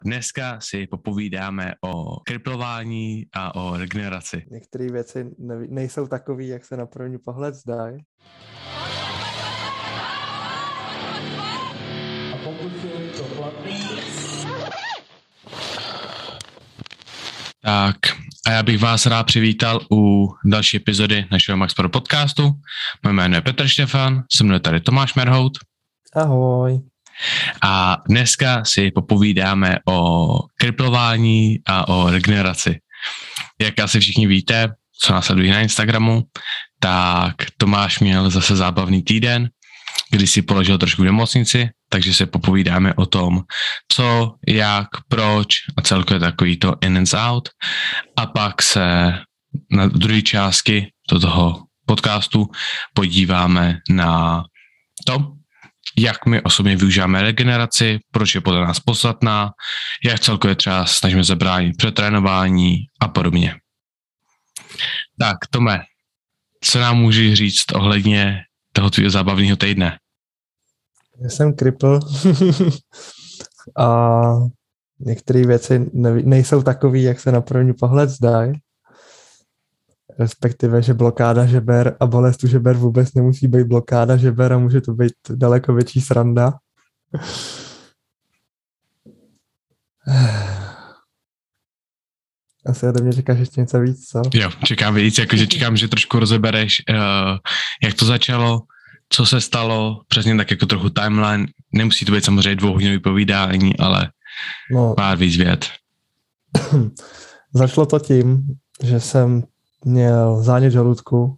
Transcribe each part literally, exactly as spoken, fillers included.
Dneska si popovídáme o kriplování a o regeneraci. Některé věci ne- nejsou takové, jak se na první pohled zdají. A pokud je to platný... Tak a já bych vás rád přivítal u další epizody našeho Max Pro podcastu. Moje jméno je Petr Štefan, se mnou je tady Tomáš Merhout. Ahoj. A dneska si popovídáme o kriplování a o regeneraci. Jak asi všichni víte, co nás sledují na Instagramu, tak Tomáš měl zase zábavný týden, kdy si položil trošku v nemocnici, takže se popovídáme o tom, co, jak, proč a celkově takový to in and out. A pak se na druhé části toho podcastu podíváme na to, jak my osobně využíváme regeneraci, proč je podle nás podstatná, jak celkově třeba snažíme zabránit přetrénování a podobně. Tak, Tome, co nám můžeš říct ohledně toho tvýho zábavného týdne? Já jsem kripl a některé věci ne- nejsou takové, jak se na první pohled zdají. Respektive, že blokáda žeber a bolest u žeber vůbec nemusí být blokáda žeber a může to být daleko větší sranda. Asi ode mě čekáš ještě něco víc, co? Jo, čekám víc, jakože čekám, že trošku rozebereš, uh, jak to začalo, co se stalo, přesně tak jako trochu timeline. Nemusí to být samozřejmě dvouhodinový povídání, ale No, pár víc vět. začalo to tím, že jsem měl zánět žaludku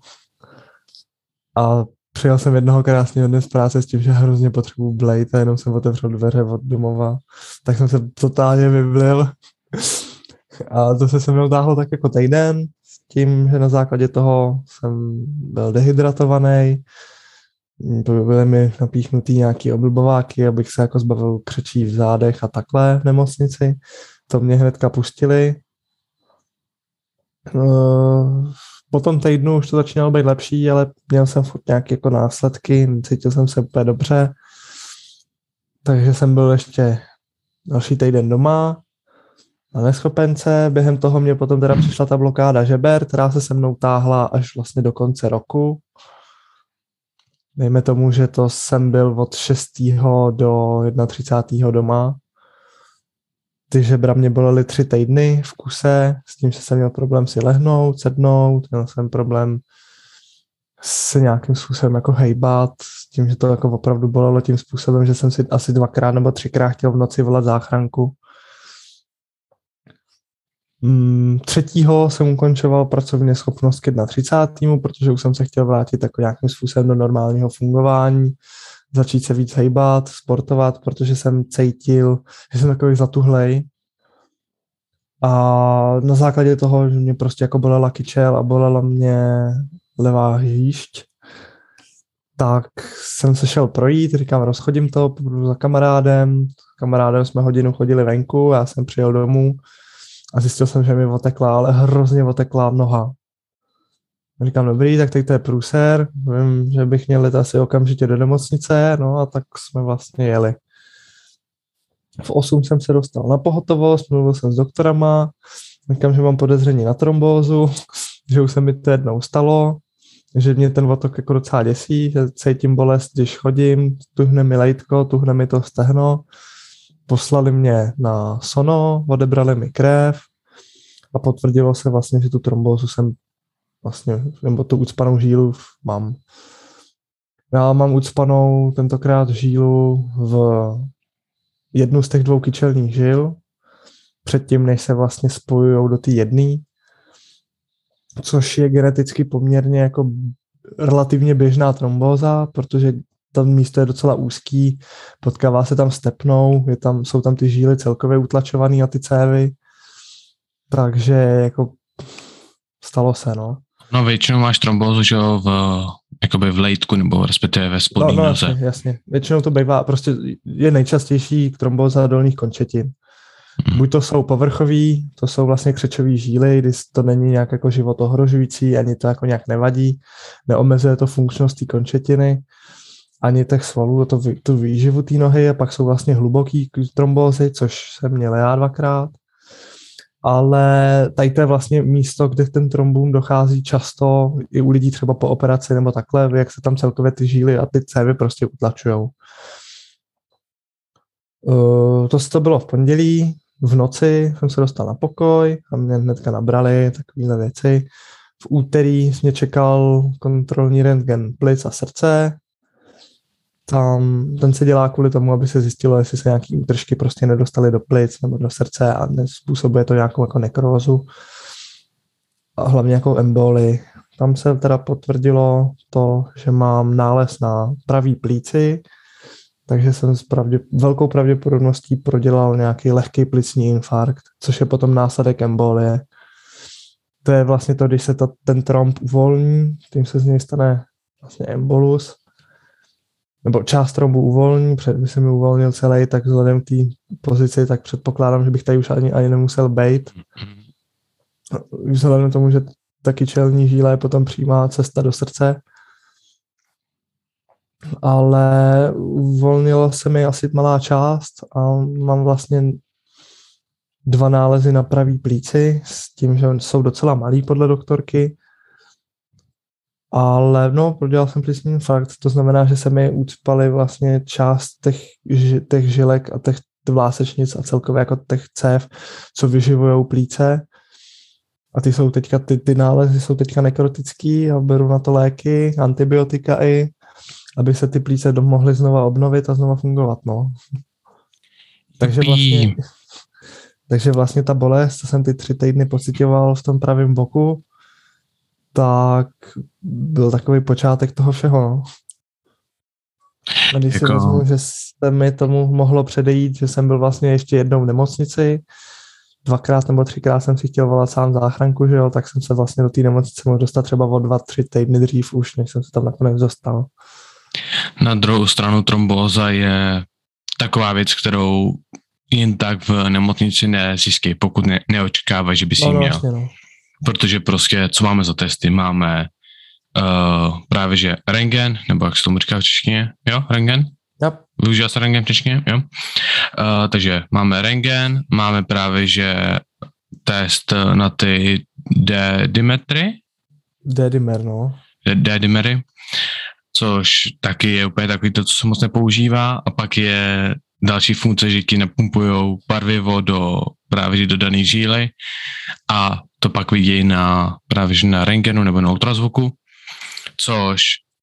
a přijel jsem jednoho krásného dne z práce s tím, že hrozně potřebuji blejt a jenom jsem otevřel dveře od domova. Tak jsem se totálně vyblil. A to se se mnou táhlo tak jako týden s tím, že na základě toho jsem byl dehydratovaný. Byly mi napíchnutý nějaký oblbováky, abych se jako zbavil křečí v zádech a takhle v nemocnici. To mě hnedka pustili. Po tom týdnu už to začínalo být lepší, ale měl jsem furt nějaké jako následky, cítil jsem se úplně dobře. Takže jsem byl ještě další týden doma na neschopence. Během toho mě potom teda přišla ta blokáda žeber, která se se mnou táhla až vlastně do konce roku. Dejme tomu, že to jsem byl od šestého do třicátého prvního doma. Ty žebra mě bolely tři týdny v kuse, s tím, že jsem měl problém si lehnout, sednout, měl jsem problém se nějakým způsobem jako hejbat, s tím, že to jako opravdu bolelo tím způsobem, že jsem si asi dvakrát nebo třikrát chtěl v noci volat záchranku. Mm, třetího jsem ukončoval pracovní schopnost k třicátého prvnímu protože už jsem se chtěl vrátit jako nějakým způsobem do normálního fungování, začít se víc hejbat, sportovat, protože jsem cítil, že jsem takový zatuhlej. A na základě toho, že mě prostě jako bolela kyčel a bolela mě levá hýšť, tak jsem se šel projít, říkám, rozchodím to, půjdu za kamarádem. S kamarádem jsme hodinu chodili venku, já jsem přijel domů a zjistil jsem, že mi otekla, ale hrozně otekla noha. Říkám, dobrý, tak teď to je průser, vím, že bych měl jít asi okamžitě do nemocnice, no a tak jsme vlastně jeli. V osm jsem se dostal na pohotovost, mluvil jsem s doktorama, říkám, že mám podezření na trombózu, že už se mi to jednou stalo, že mě ten otok jako docela děsí, že cítím bolest, když chodím, tuhne mi lejtko, tuhne mi to stehno, poslali mě na sono, odebrali mi krev a potvrdilo se vlastně, že tu trombózu jsem vlastně, nebo tu ucpanou žílu mám. Já mám ucpanou tentokrát žílu v jednu z těch dvou kyčelních žil, předtím, než se vlastně spojujou do té jedné, což je geneticky poměrně jako relativně běžná trombóza, protože tam místo je docela úzký, potkává se tam s tepnou, je tam, jsou tam ty žíly celkově utlačované a ty cévy, takže jako stalo se, no. No většinou máš trombózu, že jo, v, jakoby v lejtku nebo respektive ve spodní no, no, noze. Jasně, jasně. Většinou to bývá, prostě je nejčastější trombóza dolních končetin. Hmm. Buď to jsou povrchový, to jsou vlastně křečový žíly, kdy to není nějak jako život ohrožující, ani to jako nějak nevadí, neomezuje to funkčnost té končetiny. ani těch svalů, to, tu výživu té nohy, a pak jsou vlastně hluboký trombózy, což jsem měl já dvakrát. Ale tady to je vlastně místo, kde ten trombům dochází často i u lidí třeba po operaci nebo takhle, jak se tam celkově ty žíly a ty cévy prostě utlačujou. Uh, to, to bylo v pondělí, v noci jsem se dostal na pokoj a mě hnedka nabrali takovéhle věci. V úterý mě čekal kontrolní rentgen plic a srdce. Tam, ten se dělá kvůli tomu, aby se zjistilo, jestli se nějaký útržky prostě nedostaly do plic nebo do srdce a nezpůsobuje to nějakou jako nekrózu a hlavně jako emboli. Tam se teda potvrdilo to, že mám nález na pravý plíci, takže jsem s pravdě, velkou pravděpodobností prodělal nějaký lehký plicní infarkt, což je potom následek embolie. To je vlastně to, když se to, ten tromb uvolní, tím se z něj stane vlastně embolus, nebo část trombu uvolní, před by se mi uvolnil celý, tak vzhledem k té pozici, tak předpokládám, že bych tady už ani, ani nemusel bejt. Vzhledem k tomu, že ta kyčelní žíla je potom přímá cesta do srdce. Ale uvolnila se mi asi malá část a mám vlastně dva nálezy na pravý plíci s tím, že jsou docela malý podle doktorky. Ale no, prodělal jsem plicní infarkt, to znamená, že se mi ucpaly vlastně část těch, těch žilek a těch vlásečnic a celkově jako těch cév, co vyživujou plíce. A ty jsou teďka, ty, ty nálezy jsou teďka nekrotický a beru na to léky, antibiotika i, aby se ty plíce mohly znova obnovit a znova fungovat, no. Takže vlastně, takže vlastně ta bolest, co jsem ty tři týdny pocitoval v tom pravém boku, tak byl takový počátek toho všeho, no. A když jako... si vezmu, že se mi tomu mohlo předejít, že jsem byl vlastně ještě jednou v nemocnici, dvakrát nebo třikrát jsem si chtěl volat sám záchranku, že jo, tak jsem se vlastně do té nemocnice mohl dostat třeba o dva, tři týdny dřív už, než jsem se tam nakonec dostal. Na druhou stranu trombóza je taková věc, kterou jen tak v nemocnici nezískej, pokud ne, neočekáváš, že bys no, jí no, měl. Vlastně, no. Protože prostě, co máme za testy? Máme uh, právě, že rentgen, nebo jak se tomu říká v češtině, jo, rentgen? Yep. Využívá se rentgen v češtině, jo? Uh, takže máme rentgen, máme právě, že test na ty D-dimetry. D-dimer, no. D-dimery, což taky je úplně takový to, co se moc nepoužívá, a pak je další funkce, že ti napumpujou barvivo do právě do dané žíly a to pak vidějí na právě na rentgenu nebo na ultrazvuku, což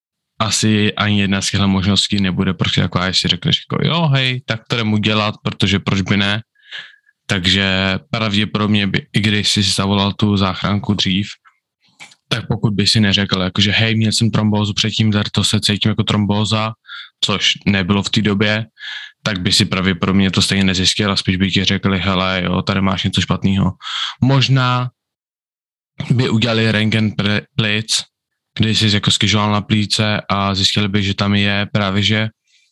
asi ani jedna z těchto možností nebude prostě taková, jestli řekneš jako jo, hej, tak to jdem udělat, protože proč by ne. Takže pravděpodobně by, i když jsi si zavolal tu záchranku dřív, tak pokud by si neřekl, jakože hej, měl jsem trombózu předtím, tady to se cítím jako trombóza, což nebylo v té době, tak by si pravděpodobně to stejně nezjistil a spíš by ti řekli, hele, jo, tady máš něco špatného. Možná by udělali rentgen plic, kdy jsi jako skyžoval na plíce a zjistili by, že tam je právě, že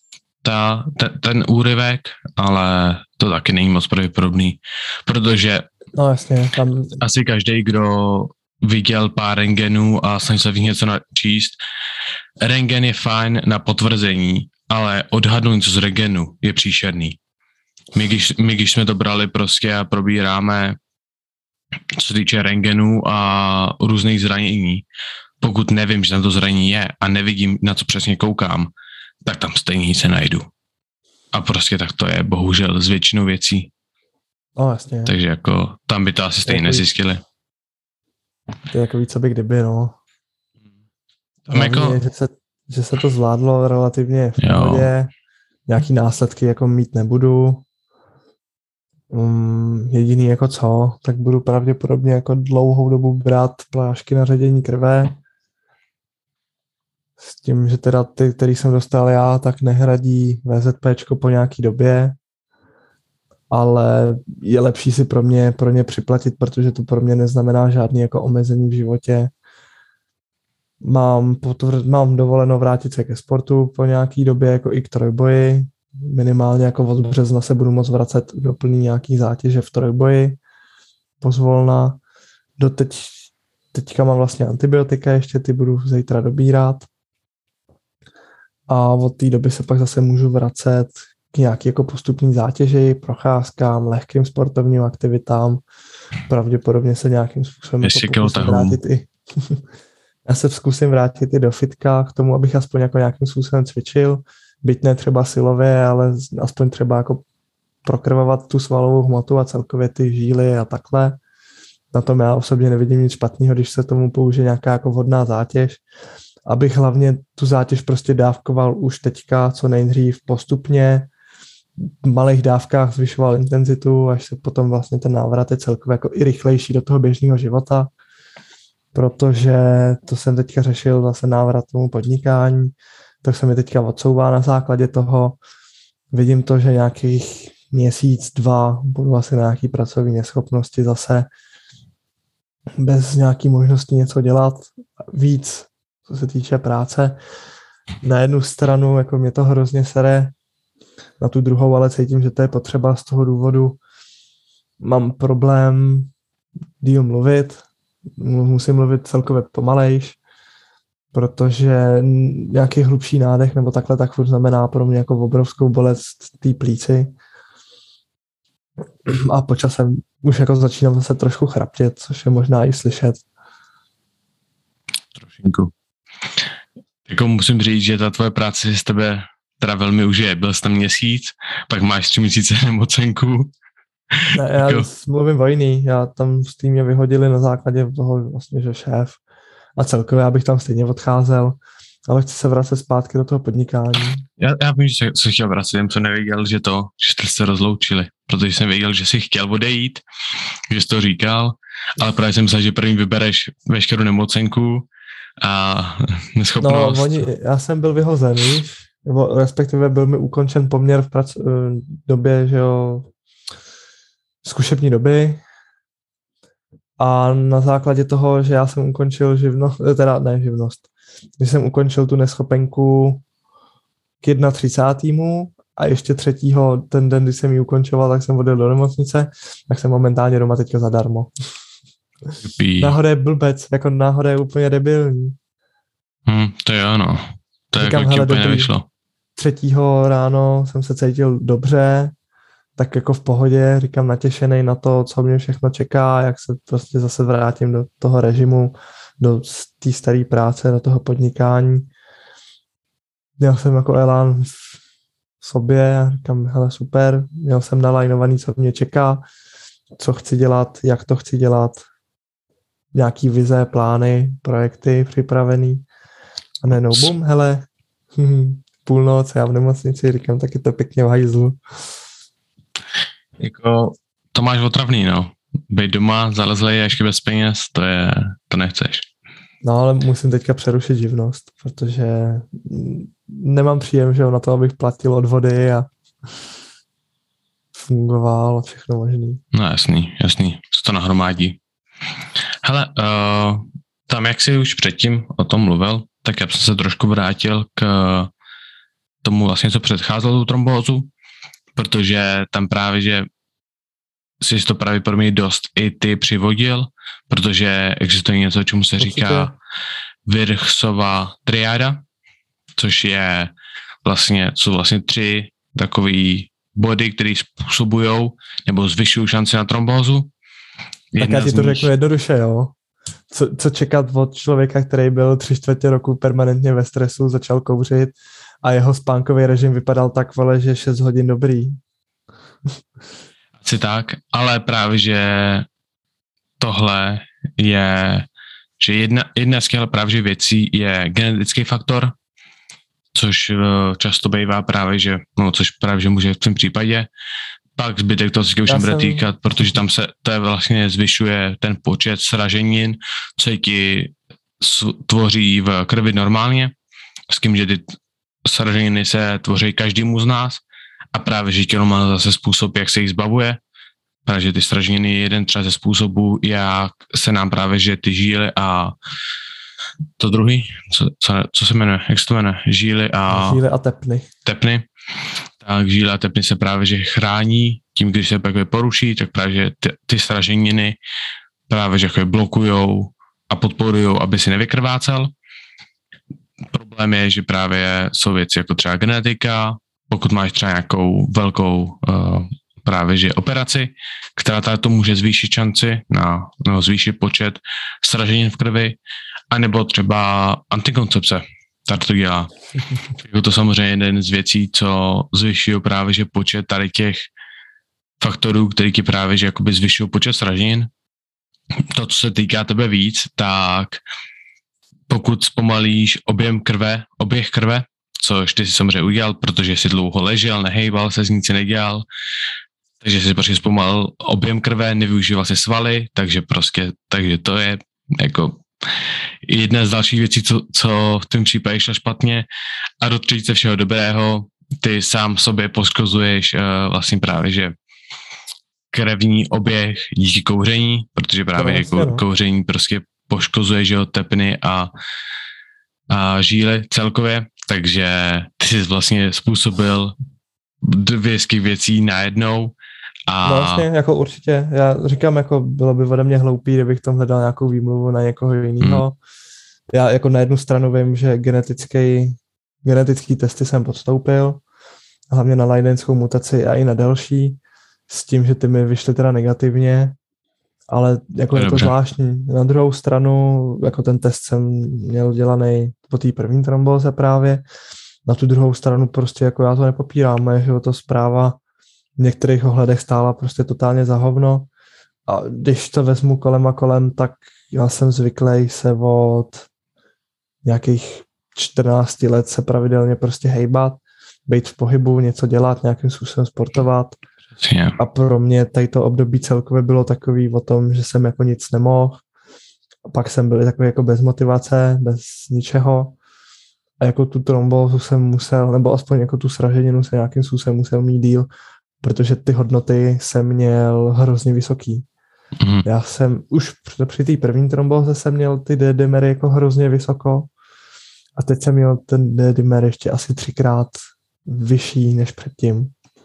ta, ten, ten úryvek, ale to taky není moc pravděpodobný, protože no, jasně, tam... asi každý, kdo viděl pár rentgenů a snažil se v nich něco načíst, rentgen je fajn na potvrzení, ale odhadnout něco z rentgenu je příšerný. My když, my, když jsme to brali prostě a probíráme, co se týče rentgenů a různých zranění, pokud nevím, že tam to zranění je a nevidím, na co přesně koukám, tak tam stejně nic se najdu. A prostě tak to je, bohužel, s většinou věcí. No, jasně. Takže jako tam by to asi stejně nezjistili. To je jako víc, co by kdyby, no. Tam jako... Je, že, se, že se to zvládlo relativně v pohodě. Nějaký následky jako mít nebudu. Um, jediný jako co, tak budu pravděpodobně jako dlouhou dobu brát plášky na ředění krve. S tím, že teda ty, který jsem dostal já, tak nehradí VZPčko po nějaký době. Ale je lepší si pro mě, pro ně připlatit, protože to pro mě neznamená žádný jako omezení v životě. Mám, potvr- mám dovoleno vrátit se ke sportu po nějaký době jako i k trojboji. Minimálně jako od března se budu moct vracet do plný nějaký zátěže v trojboji. Pozvolna. Doteď, teďka mám vlastně antibiotika ještě, ty budu zítra dobírat. a od té doby se pak zase můžu vracet k nějaký jako postupný zátěži, procházkám, lehkým sportovním aktivitám. Pravděpodobně se nějakým způsobem Ještě jako pokusím vrátit i já se zkusím vrátit i do fitka k tomu, abych aspoň jako nějakým způsobem cvičil, byť ne třeba silově, ale aspoň třeba jako prokrvovat tu svalovou hmotu a celkově ty žíly a takhle. Na tom já osobně nevidím nic špatného, když se tomu použije nějaká jako vhodná zátěž, abych hlavně tu zátěž prostě dávkoval už teďka co nejdřív postupně, v malých dávkách zvyšoval intenzitu, až se potom vlastně ten návrat je celkově jako i rychlejší do toho běžného života, protože to jsem teďka řešil zase návrat tomu podnikání, tak se mi teďka odsouvá na základě toho. Vidím to, že nějakých měsíc, dva budu asi na nějaký pracovní neschopnosti zase bez nějaký možnosti něco dělat víc, co se týče práce. Na jednu stranu jako mě to hrozně sere, na tu druhou ale cítím, že to je potřeba z toho důvodu. Mám problém díl mluvit, musím mluvit celkově pomalejš, protože nějaký hlubší nádech nebo takhle tak furt znamená pro mě jako obrovskou bolest té plíci. A po časem už jako začínám zase trošku chraptět, což je možná i slyšet. Trošinku. Jako musím říct, že ta tvoje práce si z tebe teda velmi užije. Byl jsi tam měsíc, pak máš tři měsíce nemocenku. Ne, já jako... mluvím vojný, já tam s tím mě vyhodili na základě toho vlastně, že šéf a celkově já bych tam stejně odcházel, ale chci se vracet zpátky do toho podnikání. Já, já vím, že se chtěl vracet, jen co nevěděl, že to, že jste se rozloučili, protože jsem věděl, že jsi chtěl odejít, že jsi to říkal, ale právě jsem myslel, že první vybereš veškerou nemocenku a neschopnost. No, oni, já jsem byl vyhozen, víš, nebo respektive byl mi ukončen poměr v prac, době, že jo, zkušební doby a na základě toho, že já jsem ukončil živnost, teda ne živnost, když jsem ukončil tu neschopenku k třicátému prvnímu a ještě třetího ten den, kdy jsem ji ukončoval, tak jsem odjel do nemocnice, tak jsem momentálně doma teďka zadarmo. Náhoda je blbec, jako náhoda je úplně debilní. Hmm, to je ano, to je Říkám, jako ti úplně dobrý, nevyšlo. Třetího ráno jsem se cítil dobře, tak jako v pohodě, říkám natěšený na to, co mě všechno čeká, jak se prostě zase vrátím do toho režimu, do té staré práce, do toho podnikání. Měl jsem jako elán v sobě a říkám, hele super, měl jsem nalajnovaný, co mě čeká, co chci dělat, jak to chci dělat, nějaký vize, plány, projekty připravený. A najednou bum, hele, půlnoc, já v nemocnici, říkám, taky to pěkně v hajzlu. Jako, to máš otravný, no. Být doma, zalezlej ještě bez peněz, to je, to nechceš. No, ale musím teďka přerušit živnost, protože nemám příjem, že jo, na to, abych platil odvody a fungoval a všechno možný. No jasný, jasný, co to nahromadí. Hele, uh, tam jak jsi už předtím o tom mluvil, tak já jsem se trošku vrátil k tomu vlastně, co předcházelo tu trombózu, protože tam právě, že jsi to právě pro mě dost i ty přivodil, protože existuje něco, čemu se Určitě. říká Virchsova triáda, což je vlastně, jsou vlastně tři takový body, které způsobují nebo zvyšují šanci na trombózu. Tak já ti to řeknu jednoduše, jo. Co, co čekat od člověka, který byl tři čtvrtě roku permanentně ve stresu, začal kouřit a jeho spánkový režim vypadal tak, vole, že šest hodin dobrý. Asi tak, ale právě, že tohle je, že jedna, jedna z těchto právě věcí je genetický faktor, což často bývá právě, že, no, což právě, že může v tom případě, pak zbytek toho se už nebude jsem... týkat, protože tam se to je vlastně zvyšuje ten počet sraženin, co ti tvoří v krvi normálně, s tím, že ty sraženiny se tvoří každému z nás a právě, že tělo má zase způsob, jak se jich zbavuje. Právě, že ty sraženiny je jeden třeba ze způsobů, jak se nám právě, že ty žíly a to druhý, co, co, co se jmenuje, jak se to jmenuje, žíly a... Žíly a tepny. Tepny. Tak žíly a tepny se právě, že chrání tím, když se takové poruší, tak právě, že ty, ty sraženiny právě, že blokujou a podporujou, aby si nevykrvácel. problém je, že právě jsou věci jako třeba genetika, pokud máš třeba nějakou velkou uh, právě že operaci, která tady to může zvýšit šanci na, no, zvýšit počet sraženin v krvi, anebo třeba antikoncepce. Tady to dělá. Je to samozřejmě jeden z věcí, co zvyšují právě že počet tady těch faktorů, který ti právě že jakoby zvyšují počet sraženin. To, co se týká tebe víc, tak pokud zpomalíš objem krve, oběh krve, což ty si samozřejmě udělal, protože jsi dlouho ležel, nehejbal se, nic nedělal, takže jsi prostě zpomalil objem krve, nevyužíval si svaly, takže prostě, takže to je jako jedna z dalších věcí, co, co v tom případě šlo špatně. A do třetice všeho dobrého, ty sám sobě poškozuješ uh, vlastně právě, že krevní oběh díky kouření, protože právě no, jako kouření prostě poškozuje, že jo, tepny a, a žíly celkově, takže ty jsi vlastně způsobil dvě z těch věcí najednou. A... No vlastně, jako určitě, já říkám, jako bylo by ode mě hloupý, kdybych tam hledal nějakou výmluvu na někoho jiného. Hmm. Já jako na jednu stranu vím, že genetický, genetický testy jsem podstoupil, hlavně na Leidenskou mutaci a i na další, s tím, že ty mi vyšly teda negativně, ale jako je, je to zvláštní. Na druhou stranu, jako ten test jsem měl dělaný po té první trombóze právě, na tu druhou stranu prostě jako já to nepopírám, moje životospráva v některých ohledech stála prostě totálně za hovno a když to vezmu kolem a kolem, tak já jsem zvyklý se od nějakých čtrnácti let se pravidelně prostě hejbat, být v pohybu, něco dělat, nějakým způsobem sportovat. A pro mě tady to období celkově bylo takový o tom, že jsem jako nic nemohl. A pak jsem byl takový jako bez motivace, bez ničeho. A jako tu trombózu jsem musel, nebo aspoň jako tu sraženinu jsem nějakým způsobem musel mít díl, protože ty hodnoty jsem měl hrozně vysoký. Mm. Já jsem už při té první trombóze jsem měl ty D-dimery jako hrozně vysoko a teď jsem měl ten D-dimer ještě asi třikrát vyšší než předtím.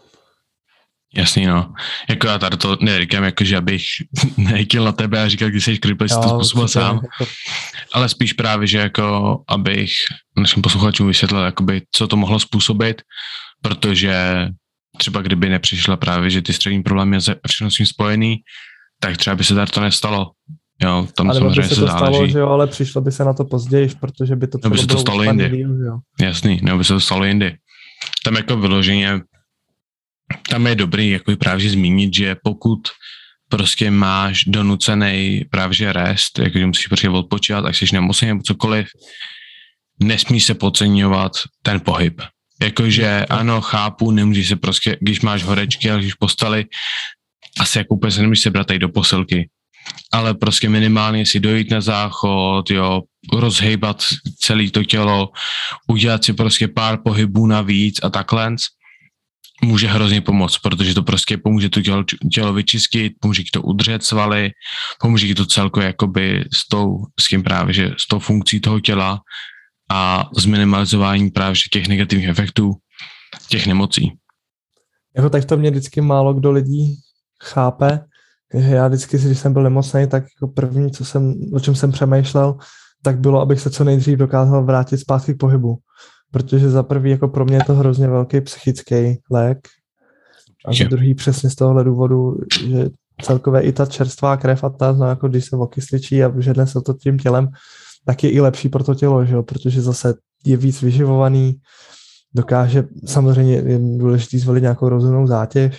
Jasný, no. Jako já tady to neříkám, jako že abych nejkyl na tebe a říkal, když jsi kripl, si to způsobil sám, jako... ale spíš právě, že jako abych našim posluchačům vysvětlil, jakoby, co to mohlo způsobit, protože třeba kdyby nepřišla právě, že ty střední problémy je všechno s tím spojený, tak třeba by se tady to nestalo. Jo, tam ale samozřejmě by se se to záleží. Stalo, že jo, ale přišlo by se na to později, protože by to třeba by se to stalo jindy. Díl, jo. Jasný, nebo by se to stalo jindy. Tam jako vyloženě tam je dobrý jako právě zmínit, že pokud prostě máš donucený právě že rest, jakože musíš prostě odpočívat, ať jsi nemocný nebo cokoliv, nesmíš se podceňovat ten pohyb. Jakože ano, chápu, nemůžeš se prostě, když máš horečky a když postali, asi jako úplně se nemůžeš sebrat tady do posilky. Ale prostě minimálně si dojít na záchod, jo, rozhejbat celé to tělo, udělat si prostě pár pohybů navíc a takhle, může hrozně pomoct, protože to prostě pomůže to tělo, tělo vyčistit, pomůže ti to udržet svaly, pomůže ti to celkově jakoby s tou, s tím právě, že s tou funkcí toho těla a s minimalizováním právě těch negativních efektů těch nemocí. Jako tak to mě vždycky málo kdo lidí chápe, že já vždycky, když jsem byl nemocný, tak jako první, co jsem, o čem jsem přemýšlel, tak bylo, abych se co nejdřív dokázal vrátit zpátky k pohybu. Protože za prvý jako pro mě je to hrozně velký psychický lék a za druhý přesně z tohohle důvodu, že celkově i ta čerstvá krev a ta, no jako když se okysličí a žedne se to tím tělem, tak je i lepší pro to tělo, že jo? Protože zase je víc vyživovaný, dokáže, samozřejmě je důležitý zvolit nějakou rozumnou zátěž,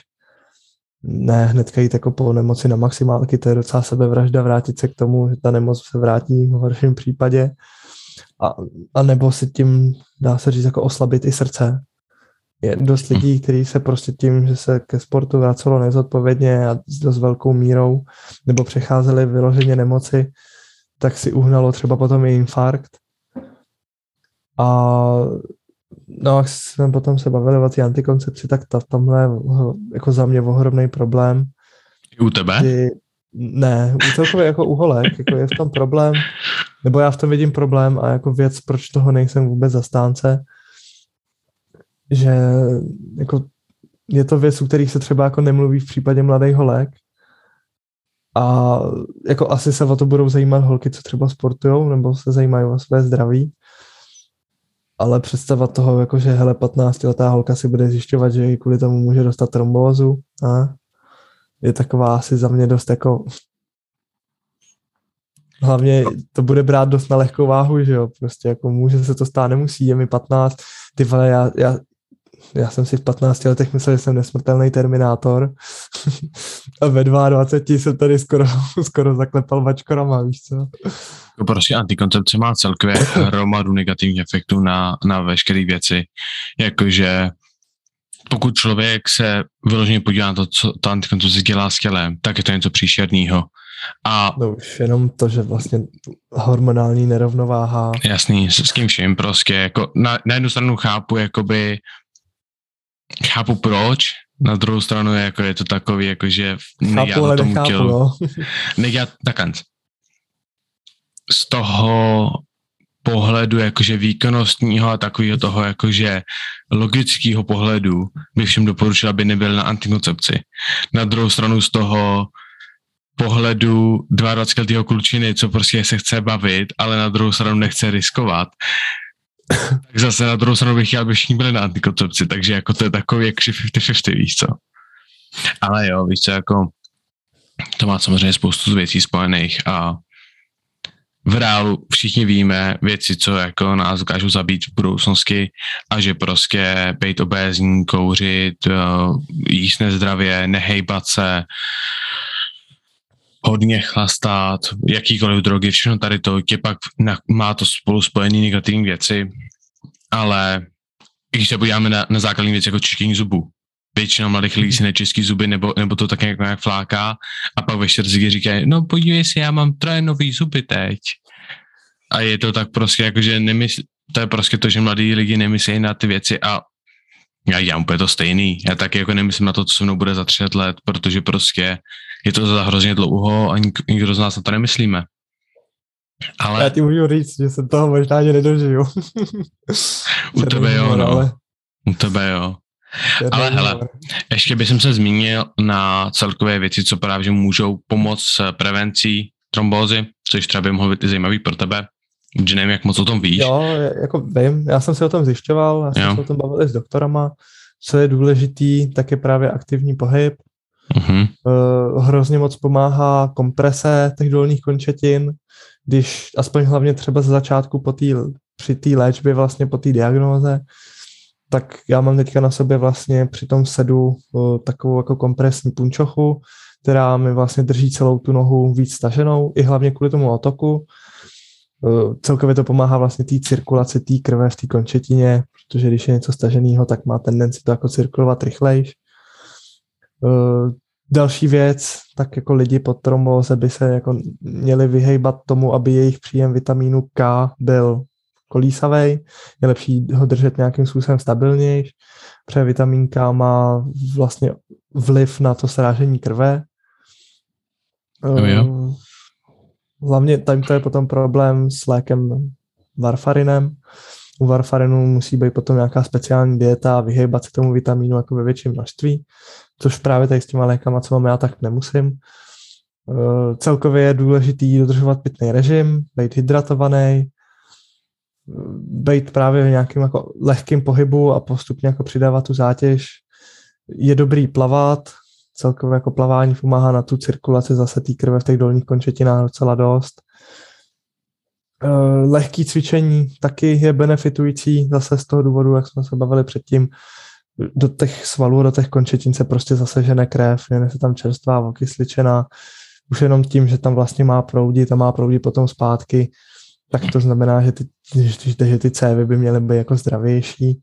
ne hnedka jít jako po nemoci na maximálky, to je docela sebevražda vrátit se k tomu, že ta nemoc se vrátí v horším případě. A, a nebo si tím, dá se říct, jako oslabit i srdce. Je dost lidí, kteří se prostě tím, že se ke sportu vracelo nezodpovědně a s dost velkou mírou, nebo přecházeli vyloženě nemoci, tak si uhnalo třeba potom i infarkt. A no, jak jsme potom se bavili o té antikoncepci, tak ta v tomhle je jako za mě ohromný problém. I u tebe? Kdy, ne, celkově jako u holek, jako je v tom problém, nebo já v tom vidím problém a jako věc, proč toho nejsem vůbec zastánce, že jako je to věc, u kterých se třeba jako nemluví v případě mladých holek a jako asi se o to budou zajímat holky, co třeba sportujou nebo se zajímají o své zdraví, ale představa toho, jako že hele, patnáctiletá holka si bude zjišťovat, že i kvůli tomu může dostat trombózu, a je taková asi za mě dost jako hlavně to bude brát dost na lehkou váhu, že jo, prostě jako může se to stát, nemusí, je mi patnáct, ty vole, já, já, já jsem si v patnácti letech myslel, že jsem nesmrtelný Terminátor a ve dvaceti dvou jsem tady skoro, skoro zaklepal bačkorama, víš co? Prostě antikoncepce má celkově hromadu negativních efektů na, na veškeré věci, jakože pokud člověk se vyloženě podívá na to, co ta antikoncepce dělá s tělem, tak je to něco příšerného. A no už jenom to, že vlastně hormonální nerovnováha. Jasný, s, s tím vším prostě, jako na, na jednu stranu chápu, jakoby chápu proč, na druhou stranu jako je to takový, jakože nedělat tomu nechápu, tělu. no. Nedělat takanc. Z toho pohledu jakože výkonnostního a takového toho jakože logického pohledu bych všem doporučil, aby nebyl na antikoncepci. Na druhou stranu z toho pohledu dvacetiletého klučiny, co prostě se chce bavit, ale na druhou stranu nechce riskovat, tak zase na druhou stranu bych chtěl, aby všichni byli na antikoncepci, takže jako to je takový jak padesát padesát, víš co. Ale jo, víš co, jako to má samozřejmě spoustu věcí spojených a v reálu všichni víme věci, co jako nás dokážou zabít v budoucnosti a že prostě být obézní, kouřit, jíst nezdravě, nehejbat se, hodně chlastat, jakýkoliv drogy, všechno tady to, tě pak na, má to spolu spojené negativní věci, ale když se podíváme na, na základní věci jako čištění zubů, většina mladých lidí si nečistí zuby nebo, nebo to tak nějak, nějak fláká a pak ve čtyřiceti říkají, no podívej si, já mám troje nový zuby teď. A je to tak prostě jakože nemysl, to je prostě to, že mladí lidi nemyslí na ty věci a já dělám úplně to stejný. Já taky jako nemyslím na to, co se mnou bude za třicet let, protože prostě je to za hrozně dlouho a nik, nikdo z nás na to nemyslíme. Ale já ti můžu říct, že se toho možná ani nedožiju. U tebe jo, no. Ale... U tebe jo. Ale hele, ještě bych se zmínil na celkové věci, co právě že můžou pomoct s prevencí trombózy, což třeba by mohlo být i zajímavý pro tebe, že nevím, jak moc o tom víš. Jo, jako vím, já jsem si o tom zjišťoval, já jsem jo. se o tom bavil i s doktorama, co je důležitý, tak je právě aktivní pohyb. Uh-huh. Uh, hrozně moc pomáhá komprese těch dolních končetin, když aspoň hlavně třeba ze začátku po tý, při té léčbě, vlastně po té diagnóze, tak já mám teďka na sobě vlastně při tom sedu uh, takovou jako kompresní punčochu, která mi vlastně drží celou tu nohu víc staženou, i hlavně kvůli tomu otoku. Uh, celkově to pomáhá vlastně té cirkulaci té krve v té končetině, protože když je něco staženého, tak má tendenci to jako cirkulovat rychlejš. Uh, další věc, tak jako lidi pod trombóze by se jako měli vyhejbat tomu, aby jejich příjem vitamínu K byl kolísavej, je lepší ho držet nějakým způsobem stabilnější, protože vitamin K má vlastně vliv na to srážení krve. No, jo. Hlavně tam to je potom problém s lékem varfarinem. U varfarinu musí být potom nějaká speciální dieta a vyhejbat se tomu vitamínu jako ve větším množství, což právě tady s těma lékama, co mám já, tak nemusím. Celkově je důležitý dodržovat pitný režim, být hydratovaný, být právě v nějakým jako lehkým pohybu a postupně jako přidávat tu zátěž. Je dobrý plavat, celkově jako plavání pomáhá na tu cirkulaci zase té krve v těch dolních končetinách docela dost. Lehký cvičení taky je benefitující zase z toho důvodu, jak jsme se bavili předtím, do těch svalů, do těch končetin se prostě zasežene krev, je se tam čerstvá okysličená, už jenom tím, že tam vlastně má proudit a má proudit potom zpátky, tak to znamená, že ty, že, že ty cévy by měly být jako zdravější.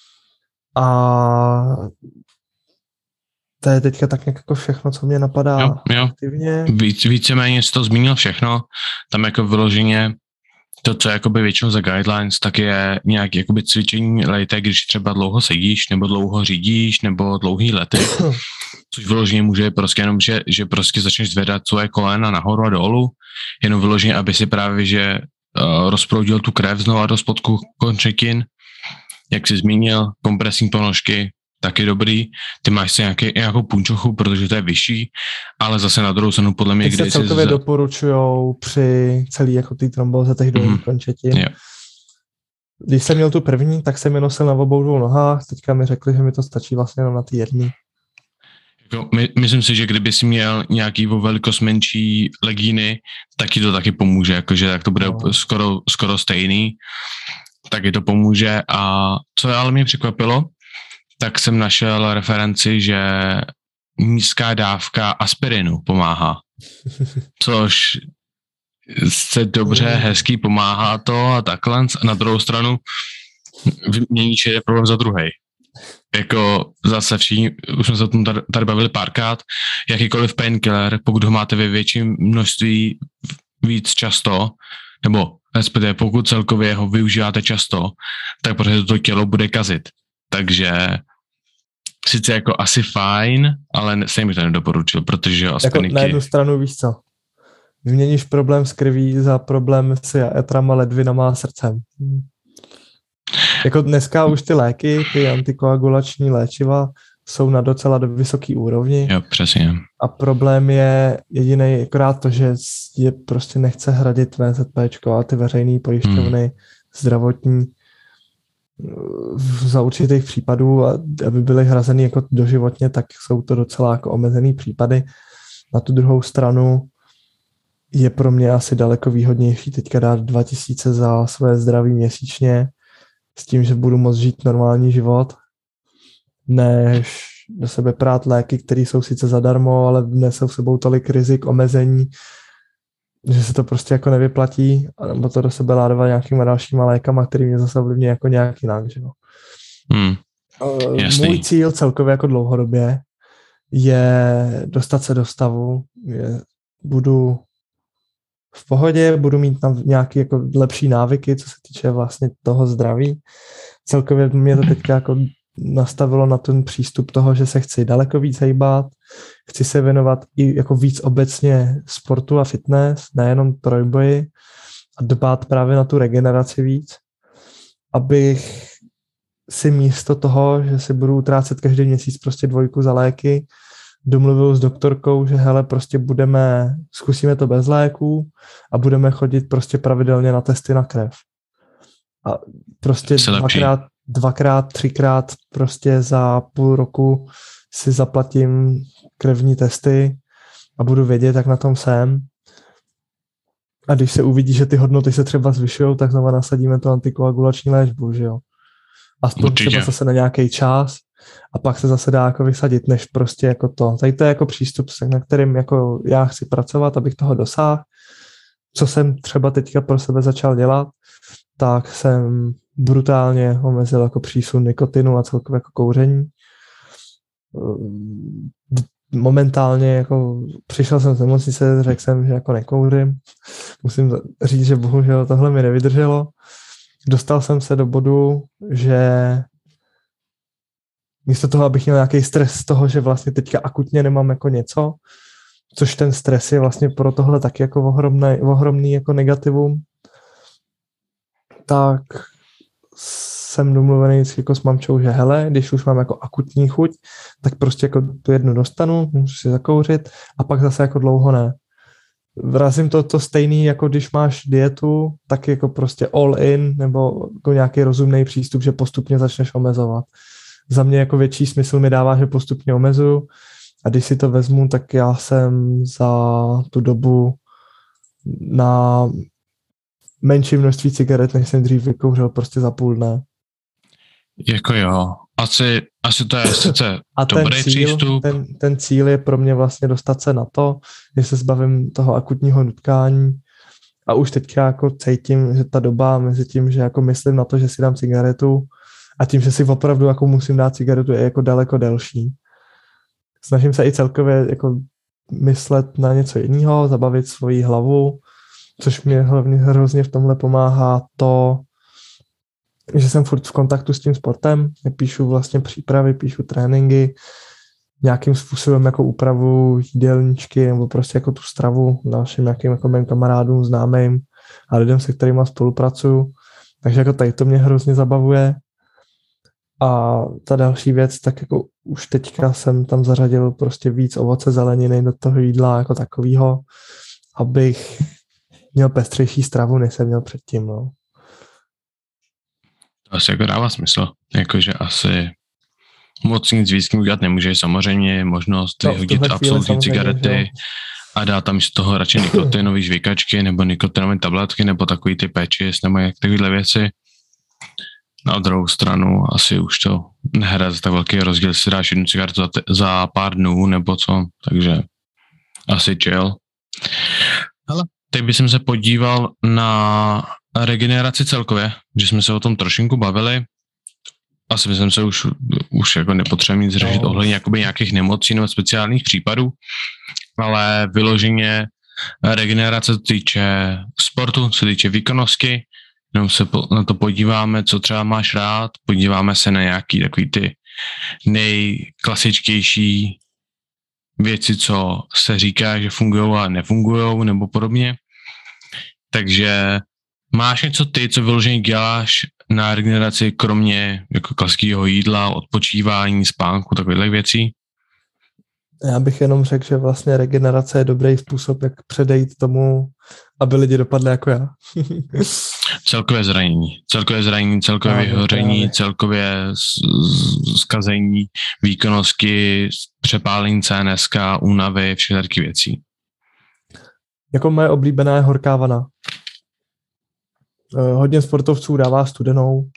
A to je teďka tak nějak jako všechno, co mě napadá jo, jo. aktivně. Víc, víceméně jsi to zmínil všechno, tam jako vyloženě to, co je jakoby většinou za guidelines, tak je nějaké jakoby cvičení lejte, když třeba dlouho sedíš, nebo dlouho řídíš, nebo dlouhý lety, což vyloženě může prostě jenom, že, že prostě začneš zvedat svoje kolena nahoru a dolů, jenom vyloženě, aby si právě, že uh, rozproudil tu krev znova do spodku končetin, jak jsi zmínil, kompresní ponožky, taky dobrý, ty máš si nějaký, nějakou punčochu, protože to je vyšší, ale zase na druhou stranu podle mě... Ty se celkově z... doporučujou při celý jako té trombóze těch dolních mm. končetin. Jo. Když jsem měl tu první, tak jsem je nosil na obou dvou nohách, teďka mi řekli, že mi to stačí vlastně jenom na ty jedny. Jako, my, myslím si, že kdyby si měl nějaký o velikost menší legíny, tak ti to taky pomůže, jakože tak to bude No. skoro, skoro stejný, taky to pomůže. A co ale mě překvapilo, tak jsem našel referenci, že nízká dávka aspirinu pomáhá, což se dobře, hezký, pomáhá to a takhle. A na druhou stranu vyměníš jeden problém za druhý. Jako zase všichni, už jsme se o tom tady, tady bavili párkrát, jakýkoliv painkiller, pokud ho máte ve větším množství víc často, nebo respektive pokud celkově ho využíváte často, tak protože to tělo bude kazit. Takže sice jako asi fajn, ale stejně bych to nedoporučil, protože aspiriniky... Jako na jednu stranu víš co, vyměníš problém s krví za problém s jatrama, ledvinama a srdcem. Jako dneska už ty léky, ty antikoagulační léčiva jsou na docela vysoký úrovni. Jo, přesně. A problém je jediný akorát to, že je prostě nechce hradit VZPčko a ty veřejné pojišťovny hmm. zdravotní za určitých případů, aby byly hrazeny jako doživotně, tak jsou to docela jako omezený případy. Na tu druhou stranu je pro mě asi daleko výhodnější teďka dát dva tisíce za své zdraví měsíčně s tím, že budu moct žít normální život, než do sebe prát léky, které jsou sice zadarmo, ale nesou v sebou tolik rizik, omezení, že se to prostě jako nevyplatí, nebo to do sebe ládovat nějakýma dalšíma lékama, který mě zase ovlivní jako nějak jinak. Že no. Hmm. Můj cíl celkově jako dlouhodobě je dostat se do stavu, je, budu v pohodě, budu mít tam nějaké jako lepší návyky, co se týče vlastně toho zdraví. Celkově mě to teďka jako nastavilo na ten přístup toho, že se chci daleko víc hejbat, chci se věnovat i jako víc obecně sportu a fitness, nejenom trojboji a dbát právě na tu regeneraci víc, abych si místo toho, že si budu utrácet každý měsíc prostě dvojku za léky, domluvil s doktorkou, že hele, prostě budeme, zkusíme to bez léků a budeme chodit prostě pravidelně na testy na krev. A prostě dvakrát, dvakrát, třikrát prostě za půl roku si zaplatím krevní testy a budu vědět, jak na tom jsem. A když se uvidí, že ty hodnoty se třeba zvyšují, tak znova nasadíme tu antikoagulační léčbu, že jo. Aspoň třeba zase na nějaký čas a pak se zase dá jako vysadit, než prostě jako to. Tady to je jako přístup, na kterým jako já chci pracovat, abych toho dosáhl. Co jsem třeba teďka pro sebe začal dělat, tak jsem brutálně omezil jako přísun nikotinu a celkově jako kouření. Momentálně jako přišel jsem z nemocnice, řekl jsem, že jako nekouřím. Musím říct, že bohužel tohle mi nevydrželo. Dostal jsem se do bodu, že místo toho, abych měl nějaký stres z toho, že vlastně teďka akutně nemám jako něco, což ten stres je vlastně pro tohle taky jako ohromný, ohromný jako negativum, tak jsem domluvený jako s mamčou, že hele, když už mám jako akutní chuť, tak prostě jako tu jednu dostanu, můžu si zakouřit a pak zase jako dlouho ne. Vrazím to, to stejný, jako když máš dietu, tak jako prostě all in, nebo jako nějaký rozumný přístup, že postupně začneš omezovat. Za mě jako větší smysl mi dává, že postupně omezuju a když si to vezmu, tak já jsem za tu dobu na menší množství cigaret, než jsem dřív vykouřil, prostě za půl dne. Jako jo, asi, asi to je sice a dobrý ten cíl, přístup. Ten, ten cíl je pro mě vlastně dostat se na to, že se zbavím toho akutního nutkání a už teďka jako cítím, že ta doba mezi tím, že jako myslím na to, že si dám cigaretu a tím, že si opravdu jako musím dát cigaretu, je jako daleko delší. Snažím se i celkově jako myslet na něco jiného, zabavit svoji hlavu, což mě hlavně hrozně v tomhle pomáhá to, že jsem furt v kontaktu s tím sportem, píšu vlastně přípravy, píšu tréninky, nějakým způsobem jako úpravu jídelníčky nebo prostě jako tu stravu dalším nějakým jako mým kamarádům, známým a lidem, se kterýma spolupracuju. Takže jako tady to mě hrozně zabavuje. A ta další věc, tak jako už teďka jsem tam zařadil prostě víc ovoce, zeleniny do toho jídla jako takového, abych měl pestřejší stravu, než jsem měl předtím. No. asi jako dává smysl. Jakože asi moc nic víc udělat nemůže. Samozřejmě je možnost No, vyhodit absolutní cigarety a dát tam z toho radši nikotinové žvíkačky nebo nikotinové tabletky nebo takový ty patches nebo jak takovýhle věci. Na druhou stranu asi už to nehraje tak velký rozdíl, si dáš jednu cigaretu za, t- za pár dnů nebo co, takže asi chill. Hele, teď bych se podíval na regeneraci celkově, že jsme se o tom trošinku bavili. Asi bych se už, už jako nepotřebuje nic řešit no. ohledně jakoby nějakých nemocí nebo speciálních případů, ale vyloženě regenerace se týče sportu, se týče výkonnosti, jenom se na to podíváme, co třeba máš rád, podíváme se na nějaký takový ty nejklasičtější věci, co se říká, že fungují a nefungují nebo podobně. Takže máš něco ty, co vyloženě děláš na regeneraci, kromě jako klasického jídla, odpočívání, spánku, takových věcí? Já bych jenom řekl, že vlastně regenerace je dobrý způsob, jak předejít tomu, aby lidi dopadli jako já. Celkové zranění. Celkové zranění, celkové no, vyhoření, právě. celkově zkazení, výkonnosti, přepálení C N S K, únavy, všechny takové věcí. Jako moje oblíbená je horká vana. Hodně sportovců dává studenou.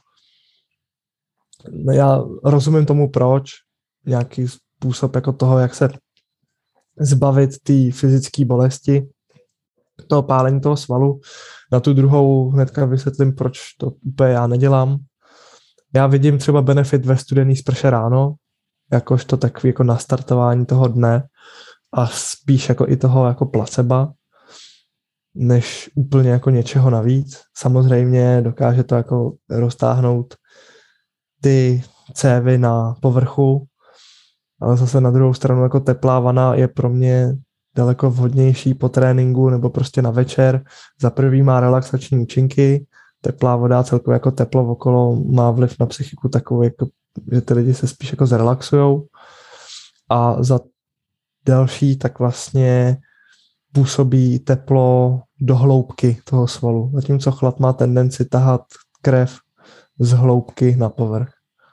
Já rozumím tomu, proč. Nějaký způsob jako toho, jak se zbavit té fyzické bolesti, toho pálení toho svalu. Na tu druhou hnedka vysvětlím, proč to úplně já nedělám. Já vidím třeba benefit ve studený sprše ráno, jakožto takový jako nastartování toho dne a spíš jako i toho jako placeba, než úplně jako něčeho navíc. Samozřejmě dokáže to jako roztáhnout ty cévy na povrchu, ale zase na druhou stranu jako teplá vana je pro mě daleko vhodnější po tréninku nebo prostě na večer. Za prvý má relaxační účinky, teplá voda, celkově jako teplo okolo má vliv na psychiku takový, jako, že ty lidi se spíš jako zrelaxujou. A za další tak vlastně působí teplo do hloubky toho svalu. Zatímco chlad má tendenci tahat krev z hloubky na povrch.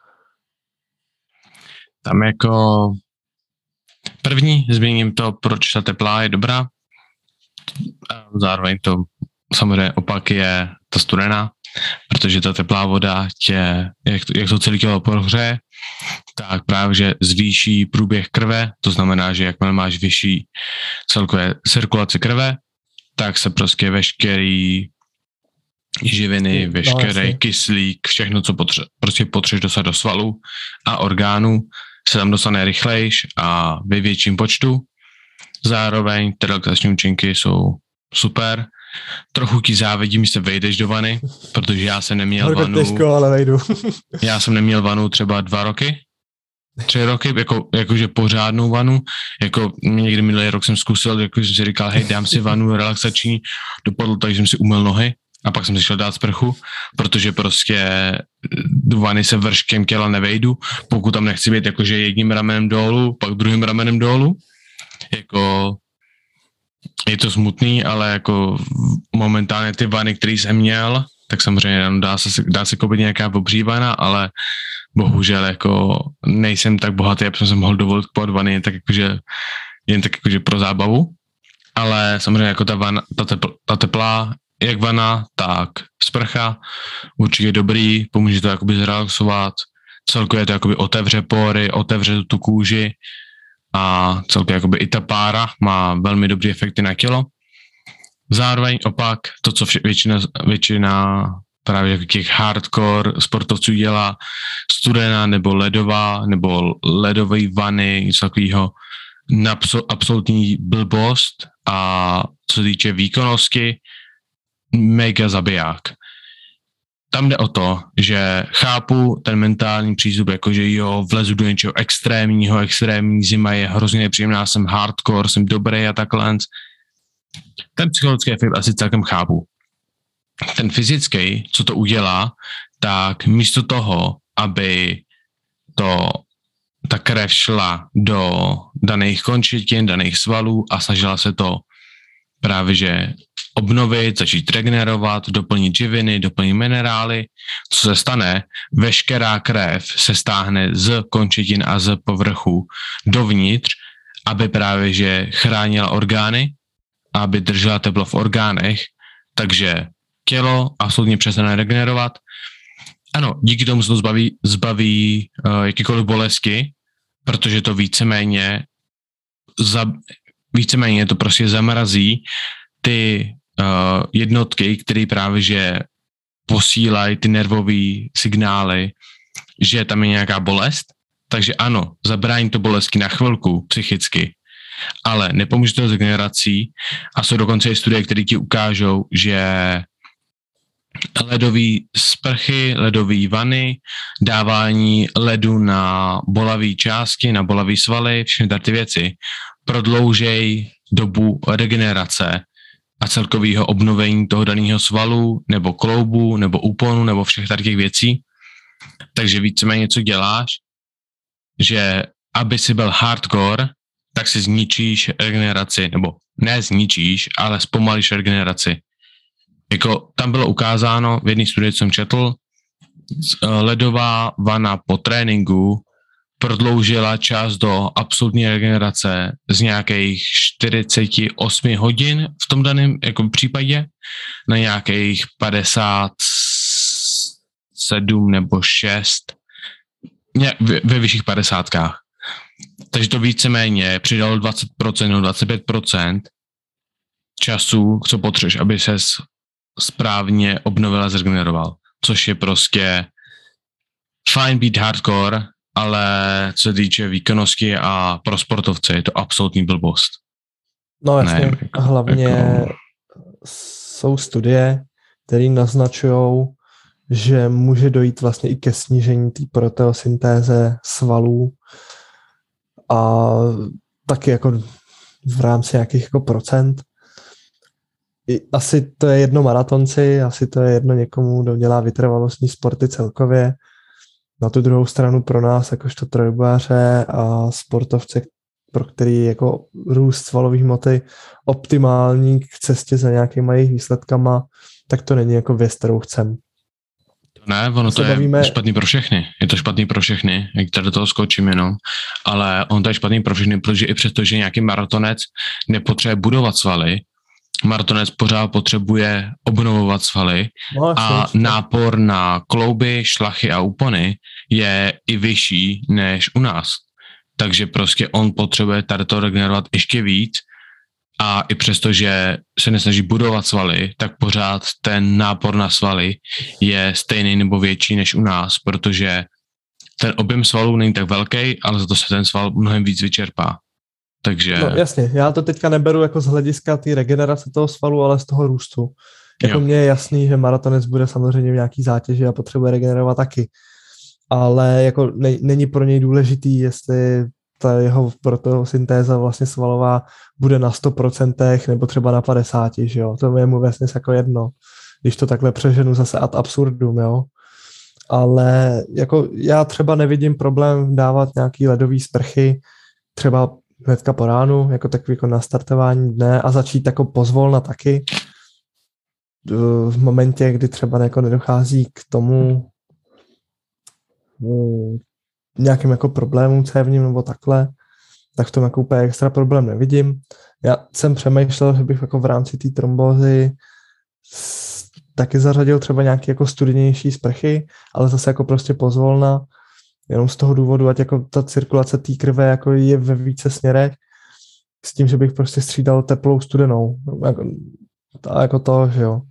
Tam jako první zmíním to, proč ta teplá je dobrá. Zároveň to samozřejmě opak je ta studená, protože ta teplá voda tě, jak to, jak to celé tělo prohřeje, tak právě, že zvýší průběh krve, to znamená, že jakmile máš vyšší celkové cirkulaci krve, tak se prostě veškerý živiny, veškerý no, kyslík, všechno, co potře- prostě potřebuješ dostat do svalů a orgánů, se tam dostane rychlejš a ve větším počtu. Zároveň ty relaxační účinky jsou super. Trochu ti závidím, když se vejdeš do vany, protože já jsem neměl Horko vanu. Těžko, ale vejdu. Já jsem neměl vanu třeba dva roky, tři roky, jako, jakože pořádnou vanu. Jako někdy minulý rok jsem zkusil, jako jsem si říkal, hej, dám si vanu relaxační, dopadlo tak, že jsem si umyl nohy a pak jsem si šel dát sprchu, protože prostě do vany se vrškem těla nevejdu, pokud tam nechci být jakože jedním ramenem dolů, pak druhým ramenem dolů. Jako je to smutný, ale jako momentálně ty vany, které jsem měl, tak samozřejmě dá se, dá se koupit nějaká obří vana, ale bohužel jako nejsem tak bohatý, aby jsem se mohl dovolit kupovat vany, tak jakože, jen tak jakože pro zábavu. Ale samozřejmě jako ta, vana, ta, tepl, ta teplá, jak vana, tak sprcha, určitě dobrý, pomůže to jakoby zrelaxovat, celkově to jakoby otevře pory, otevře tu kůži a celkově jakoby i ta pára má velmi dobrý efekty na tělo. Zároveň opak, to, co vše, většina, většina právě těch hardcore sportovců dělá, studená nebo ledová, nebo ledové vany, něco takového, absolutní blbost a co se týče výkonnosti, mega zabiják. Tam jde o to, že chápu ten mentální přístup, jakože jo, vlezu do něčeho extrémního, extrémní zima je hrozně nepříjemná, jsem hardcore, jsem dobrý a takhle. Ten psychologický efekt asi celkem chápu. Ten fyzický, co to udělá, tak místo toho, aby to, ta krev šla do daných končetin, daných svalů a snažila se to právě, že obnovit, začít regenerovat, doplnit živiny, doplnit minerály. Co se stane? Veškerá krev se stáhne z končetin a z povrchu dovnitř, aby právě že chránila orgány, aby držela teplo v orgánech, takže tělo absolutně přestane regenerovat. Ano, díky tomu se to zbaví, zbaví uh, jakýkoliv bolesti, protože to víceméně, za, víceméně to prostě zamrazí ty uh, jednotky, které právě že posílají ty nervové signály, že tam je nějaká bolest. Takže ano, zabrání to bolesti na chvilku psychicky, ale nepomůže to s regenerací a jsou dokonce i studie, které ti ukážou, že ledový sprchy, ledový vany, dávání ledu na bolavé části, na bolavé svaly, všechny ty věci prodloužej dobu regenerace a celkového obnovení toho daného svalu, nebo kloubu, nebo úponu, nebo všech tady těch věcí. Takže víceméně co děláš, že aby si byl hardcore, tak si zničíš regeneraci, nebo ne zničíš, ale zpomalíš regeneraci. Jako tam bylo ukázáno, v jedné studii jsem četl, ledová vana po tréninku prodloužila čas do absolutní regenerace z nějakých čtyřicet osm hodin v tom daném jako případě na nějakých padesát sedm nebo šest ve, ve vyšších padesátkách. Takže to víceméně přidalo dvacet procent nebo dvacet pět procent času, co potřebuješ, aby ses správně obnovil a zregeneroval. Což je prostě fajn být hardcore, ale co se týče výkonnosti a pro sportovce je to absolutní blbost. No jasně, ne, jako, hlavně jako... jsou studie, které naznačují, že může dojít vlastně i ke snížení té proteosyntéze svalů a taky jako v rámci nějakých jako procent. I asi to je jedno maratonci, asi to je jedno někomu, kdo dělá vytrvalostní sporty celkově. Na tu druhou stranu pro nás, jakožto trojbojaře a sportovce, pro který jako růst svalové hmoty optimální k cestě za nějakýma jejich výsledkama, tak to není jako věc, kterou chcem. Ne, ono to bavíme... je špatný pro všechny. Je to špatný pro všechny, jak tady do toho skočím jenom, ale on to je špatný pro všechny, protože i přesto, že nějaký maratonec nepotřebuje budovat svaly, maratonec pořád potřebuje obnovovat svaly no, a nápor na klouby, šlachy a úpony je i vyšší než u nás. Takže prostě on potřebuje tady to regenerovat ještě víc a i přesto, že se nesnaží budovat svaly, tak pořád ten nápor na svaly je stejný nebo větší než u nás, protože ten objem svalů není tak velký, ale za to se ten sval mnohem víc vyčerpá. Takže... No jasně, já to teďka neberu jako z hlediska té regenerace toho svalu, ale z toho růstu. Jako mně je jasný, že maratonec bude samozřejmě v nějaký zátěži a potřebuje regenerovat taky. Ale jako ne, není pro něj důležitý, jestli ta jeho protosyntéza vlastně svalová bude na sto procent nebo třeba na padesát procent, že jo. To je mu vlastně jako jedno, když to takhle přeženu zase ad absurdum, jo. Ale jako já třeba nevidím problém dávat nějaký ledový sprchy, třeba hnedka po ránu, jako takový jako nastartování dne a začít jako pozvolna taky. V momentě, kdy třeba jako nedochází k tomu nějakým jako problémům cévním nebo takhle, tak v tom jako úplně extra problém nevidím. Já jsem přemýšlel, že bych jako v rámci té trombózy taky zařadil třeba nějaké jako studenější sprchy, ale zase jako prostě pozvolna, jenom z toho důvodu, ať jako ta cirkulace té krve jako je ve více směrech, s tím, že bych prostě střídal teplou studenou. Jako, jako to, že jo.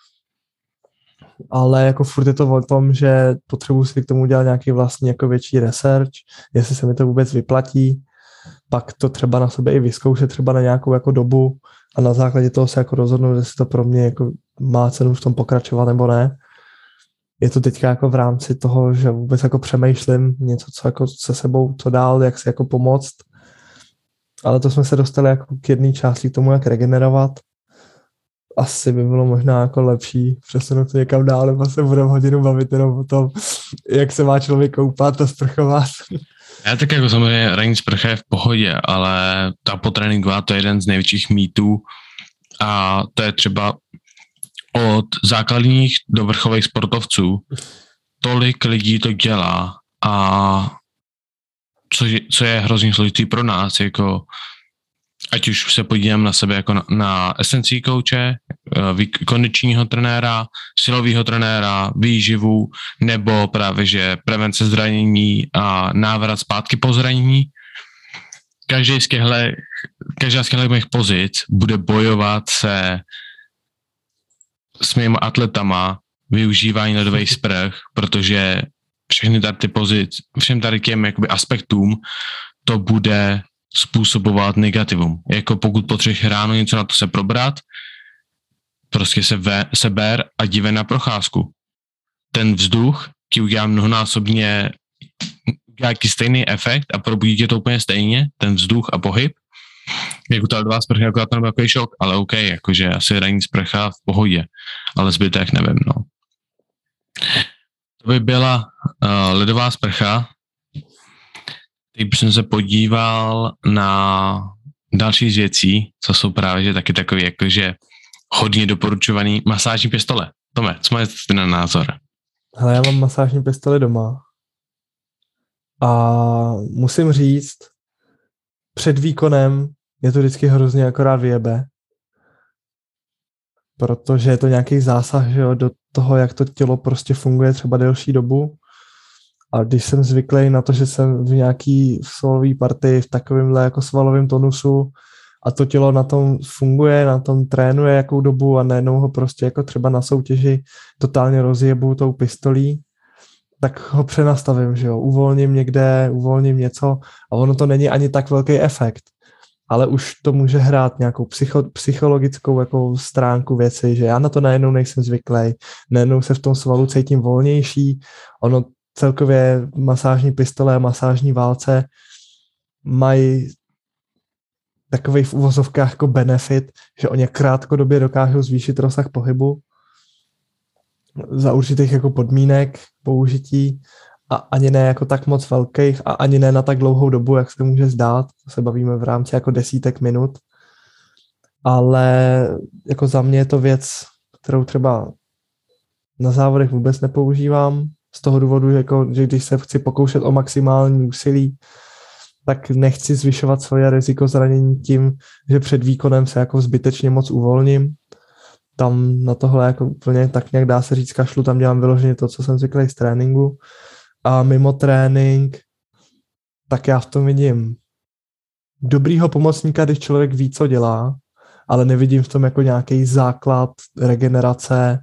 Ale jako furt je to o tom, že potřebuji si k tomu udělat nějaký vlastní jako větší research, jestli se mi to vůbec vyplatí, pak to třeba na sobě i vyzkoušet třeba na nějakou jako dobu a na základě toho se jako rozhodnout, jestli to pro mě jako má cenu v tom pokračovat nebo ne. Je to teďka jako v rámci toho, že vůbec jako přemýšlím něco, co jako se sebou, co dál, jak si jako pomoct. Ale to jsme se dostali jako k jedné části k tomu, jak regenerovat. Asi by bylo možná jako lepší přesunout to někam dál, nebo se budeme hodinu bavit jenom o tom, jak se má člověk koupat a sprchovat. Já tak jako samozřejmě ranní sprcha je v pohodě, ale ta potréninková to je jeden z největších mýtů, A to je třeba od základních do vrcholových sportovců. Tolik lidí to dělá a co, co je hrozně složitý pro nás, jako ať už se podívám na sebe jako na, na S N C kouče, kondičního trenéra, silového trenéra, výživu, nebo právě, že prevence zranění a návrat zpátky po zranění. Každý z těchto, každá z těchto mých pozic bude bojovat se s mými atletama, využívání ledových sprch, protože všechny tady ty pozic, všem tady těm jakoby aspektům to bude způsobovat negativum. Jako pokud potřebuješ ráno něco na to se probrat, prostě se, ve, se ber a dívej na procházku. Ten vzduch ti udělá mnohonásobně nějaký stejný efekt a probudí tě to úplně stejně, ten vzduch a pohyb. Jako ta ledová sprcha, jako to nebyl takový šok, ale OK, jakože asi ranní sprcha v pohodě, ale zbytek nevím, no. To by byla uh, ledová sprcha. Teď jsem se podíval na další z věcí, co jsou právě že taky takový, jakože hodně doporučovaný masážní pistole. Tome, co máš ty na názor? Hele, já mám masážní pistoli doma a musím říct, před výkonem je to vždycky hrozně akorát vyjebe, protože je to nějaký zásah, že jo, do toho, jak to tělo prostě funguje třeba delší dobu. A když jsem zvyklý na to, že jsem v nějaký svalové partii v takovémhle jako svalovém tonusu a to tělo na tom funguje, na tom trénuje jakou dobu a najednou ho prostě jako třeba na soutěži totálně rozjebu tou pistolí, tak ho přenastavím, že jo, uvolním někde, uvolním něco a ono to není ani tak velký efekt, ale už to může hrát nějakou psycho, psychologickou jako stránku věci, že já na to najednou nejsem zvyklý, najednou se v tom svalu cítím volnější, ono celkově masážní pistole a masážní válce mají takový v uvozovkách jako benefit, že oni krátkodobě dokážou zvýšit rozsah pohybu za určitých jako podmínek použití a ani ne jako tak moc velkých a ani ne na tak dlouhou dobu, jak se může zdát. To se bavíme v rámci jako desítek minut. Ale jako za mě je to věc, kterou třeba na závodech vůbec nepoužívám. Z toho důvodu, jako, že když se chci pokoušet o maximální úsilí, tak nechci zvyšovat svoje riziko zranění tím, že před výkonem se jako zbytečně moc uvolním. Tam na tohle jako úplně tak nějak dá se říct kašlu, tam dělám vyloženě to, co jsem zvyklý z tréninku. A mimo trénink, tak já v tom vidím dobrýho pomocníka, když člověk ví, co dělá, ale nevidím v tom jako nějaký základ regenerace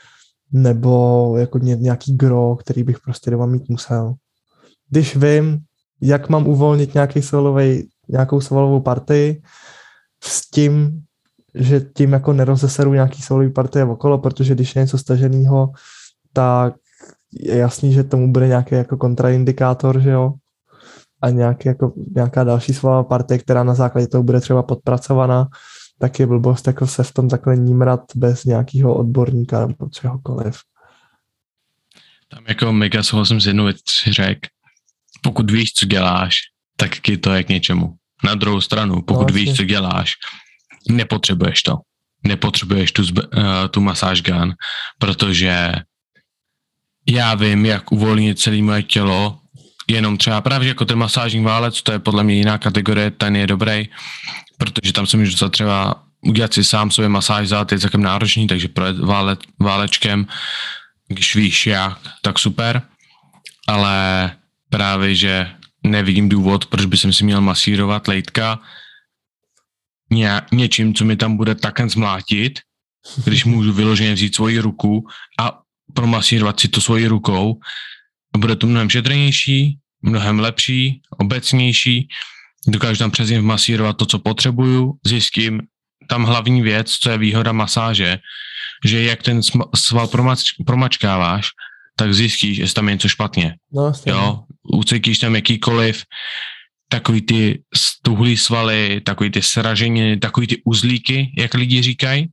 nebo jako nějaký gro, který bych prostě doma mít musel. Když vím, jak mám uvolnit nějaký svalový, nějakou svalovou partii s tím, že tím jako nerozeseru nějaký svalový partie okolo, protože když je něco staženýho, tak je jasný, že tomu bude nějaký jako kontraindikátor, že jo, a nějaký jako, nějaká další svalová partie, která na základě toho bude třeba podpracovaná, tak je blbost jako se v tom takhle nímrat bez nějakého odborníka nebo čehokoliv. Tam jako mega souhlasím s jednou věc, řekl, pokud víš, co děláš, tak ti to je k něčemu. Na druhou stranu, pokud no, víš, co děláš, nepotřebuješ to. Nepotřebuješ tu, zbe, uh, tu masáž gun, protože já vím, jak uvolnit celé moje tělo, jenom třeba právě jako ten masážní válec, to je podle mě jiná kategorie, ten je dobrý, protože tam se můžu dostat třeba udělat si sám sobě masáž zad, je celkem náročný, takže projet vále, válečkem, když víš jak, tak super, ale právě, že nevidím důvod, proč by jsem si měl masírovat lejtka ně, něčím, co mi tam bude takhle zmlátit, když můžu vyloženě vzít svoji ruku a promasírovat si to svojí rukou a bude to mnohem šetrnější, mnohem lepší, obecnější, dokážu tam přes ně masírovat to, co potřebuju, zjistím tam hlavní věc, co je výhoda masáže, že jak ten sval promač, promačkáváš, tak zjistíš, jestli tam je něco špatně. No, jo, ucítíš tam jakýkoliv takový ty stuhlý svaly, takový ty sraženiny, takový ty uzlíky, jak lidi říkají,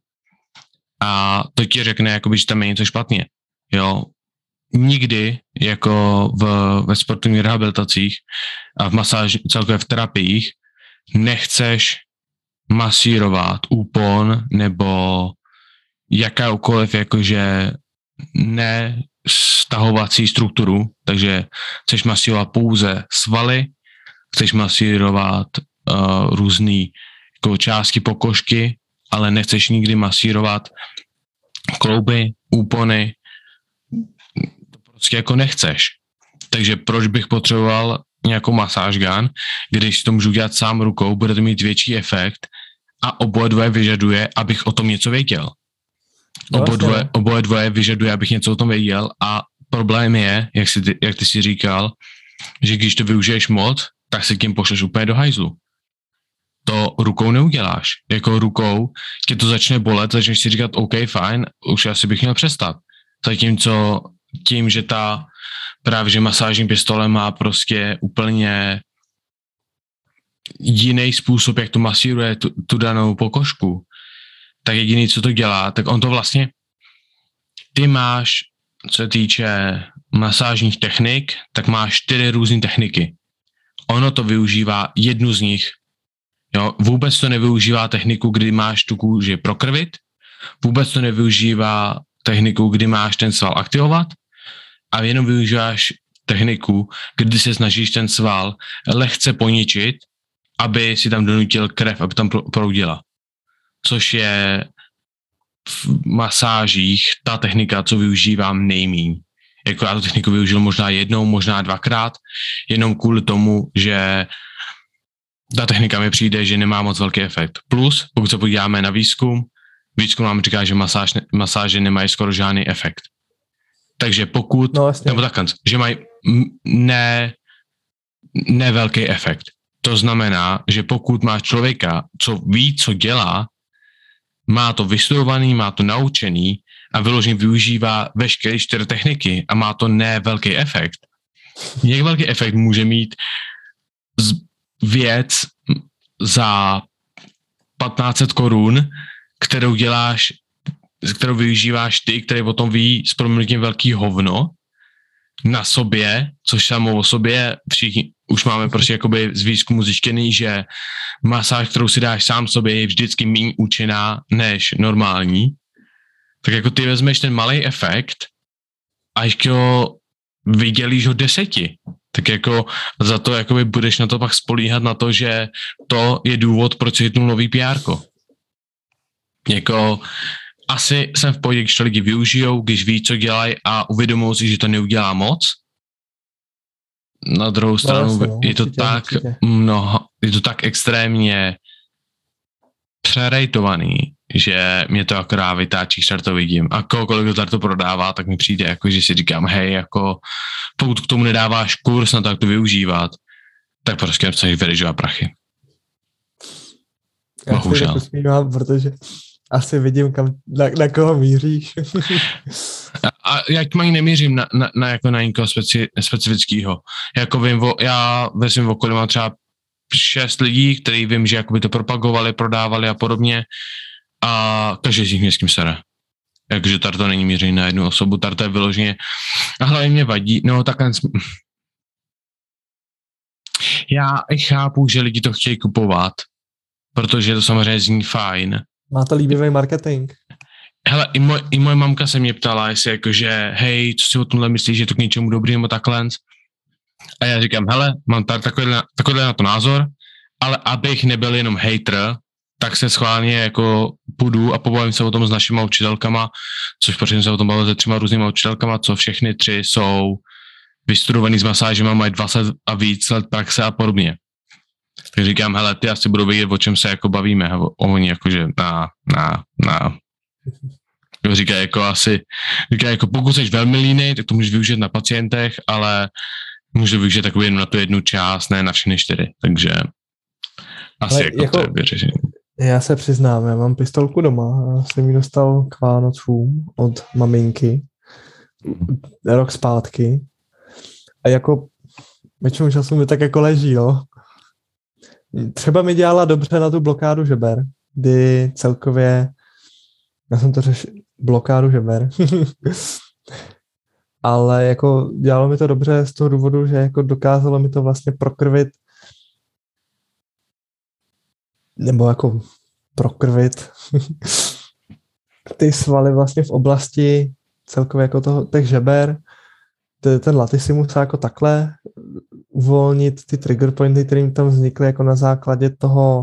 a to ti řekne, jakoby, že tam je něco špatně. Jo, nikdy jako v, ve sportovních rehabilitacích a v masáži, celkově v terapiích nechceš masírovat úpon nebo jakákoliv jakože nestahovací strukturu, takže chceš masírovat pouze svaly, chceš masírovat uh, různé jako části pokožky, ale nechceš nikdy masírovat klouby, úpony, to prostě jako nechceš. Takže proč bych potřeboval nějakou masáž gun, když to můžu dělat sám rukou, bude to mít větší efekt a oboje dvoje vyžaduje, abych o tom něco věděl. Oboje dvoje, oboje dvoje vyžaduje, abych něco o tom věděl a problém je, jak, si, jak ty si říkal, že když to využiješ moc, tak se tím pošleš úplně do hajzlu. To rukou neuděláš. Jako rukou tě to začne bolet, začneš si říkat, OK, fajn, už asi bych měl přestat. Zatímco tím, že ta právě, že masážní pistole má prostě úplně jiný způsob, jak to masíruje tu, tu danou pokožku, tak jediný, co to dělá, tak on to vlastně, ty máš, co se týče masážních technik, tak máš čtyři různé techniky. Ono to využívá jednu z nich. Jo, vůbec to nevyužívá techniku, kdy máš tu kůži prokrvit, vůbec to nevyužívá techniku, kdy máš ten sval aktivovat a jenom využíváš techniku, kdy se snažíš ten sval lehce poničit, aby si tam donutil krev, aby tam proudila. Což je v masážích ta technika, co využívám nejmíň. Jako já tu techniku využil možná jednou, možná dvakrát, jenom kvůli tomu, že ta technika mi přijde, že nemá moc velký efekt. Plus, pokud se podíváme na výzkum, výzkum nám říká, že masáž, masáže nemají skoro žádný efekt. Takže pokud, no, nebo takhle, že mají ne, ne velký efekt. To znamená, že pokud máš člověka, co ví, co dělá, má to vystudovaný, má to naučený a vyloženě využívá veškeré čtyři techniky a má to ne velký efekt. Jak velký efekt může mít z věc za patnáct set korun, kterou děláš, kterou využíváš ty, který o tom ví s proměnutím velký hovno na sobě, což samo o sobě všichni už máme prostě jakoby z výzkumu zjištěný, že masáž, kterou si dáš sám sobě, je vždycky méně účinná než normální. Tak jako ty vezmeš ten malý efekt a ještě ho vydělíš ho deseti. Tak jako za to jakoby budeš na to pak spolíhat na to, že to je důvod, proč si hitnul nový pé érko. Jako asi jsem v pohodě, když to lidi využijou, když ví, co dělají a uvědomují si, že to neudělá moc. Na druhou stranu no, je to určitě, tak určitě. mnoho, je to tak extrémně přerejtovaný, že mě to akorát vytáčí, když to vidím. A kohokoliv, kdo to prodává, tak mi přijde, jako, že si říkám, hej, jako pokud k tomu nedáváš kurz na to, jak to využívat, tak prostě chceš vyrežovat prachy. Já Bohužel. Já se posmívám, protože asi vidím, kam, na, na koho míříš. a, a jak mají nemířím na, na, na, jako na někoho speci, specifického. Jako vím, já ve svém okolí mám třeba šest lidí, který vím, že jakoby to propagovali, prodávali a podobně a každý z nich mě s kým sere. Takže tady to není míření na jednu osobu, tady to je vyloženě a hlavně mě vadí, no takhle já i chápu, že lidi to chtějí kupovat, protože to samozřejmě zní fajn. Má to líbivý marketing. Hele, i, moj, i moje mamka se mě ptala, jestli jakože, hej, co si o tomhle myslíš, že je to k něčemu dobrý nebo takhle. A já říkám, hele, mám tady takovýhle, takovýhle na to názor, ale abych nebyl jenom hater, tak se schválně jako půjdu a pobavím se o tom s našimi učitelkama, což protože se o tom bavil se třema různýma učitelkama, co všechny tři jsou vystudovaný s masážema, mají dvacet a víc let praxe a podobně. Tak říkám, hele, ty asi budou vědět, o čem se jako bavíme, o oni jakože na, na, na. Říká jako asi, říká jako pokud jsi velmi línej, tak to můžeš využít na pacientech, ale můžeš využít takový jenom na tu jednu část, ne na všechny čtyři, takže asi ale jako, jako to je vyřešení. Já se přiznám, já mám pistolku doma, já jsem ji dostal k Vánocům od maminky rok zpátky a jako většinou času mi tak jako leží, jo. Třeba mi dělala dobře na tu blokádu žeber, kdy celkově, já jsem to řešil, blokádu žeber, ale jako dělalo mi to dobře z toho důvodu, že jako dokázalo mi to vlastně prokrvit, nebo jako prokrvit ty svaly vlastně v oblasti celkově jako toho, těch žeber, ten latissimus jako takhle uvolnit ty trigger pointy, které tam vznikly jako na základě toho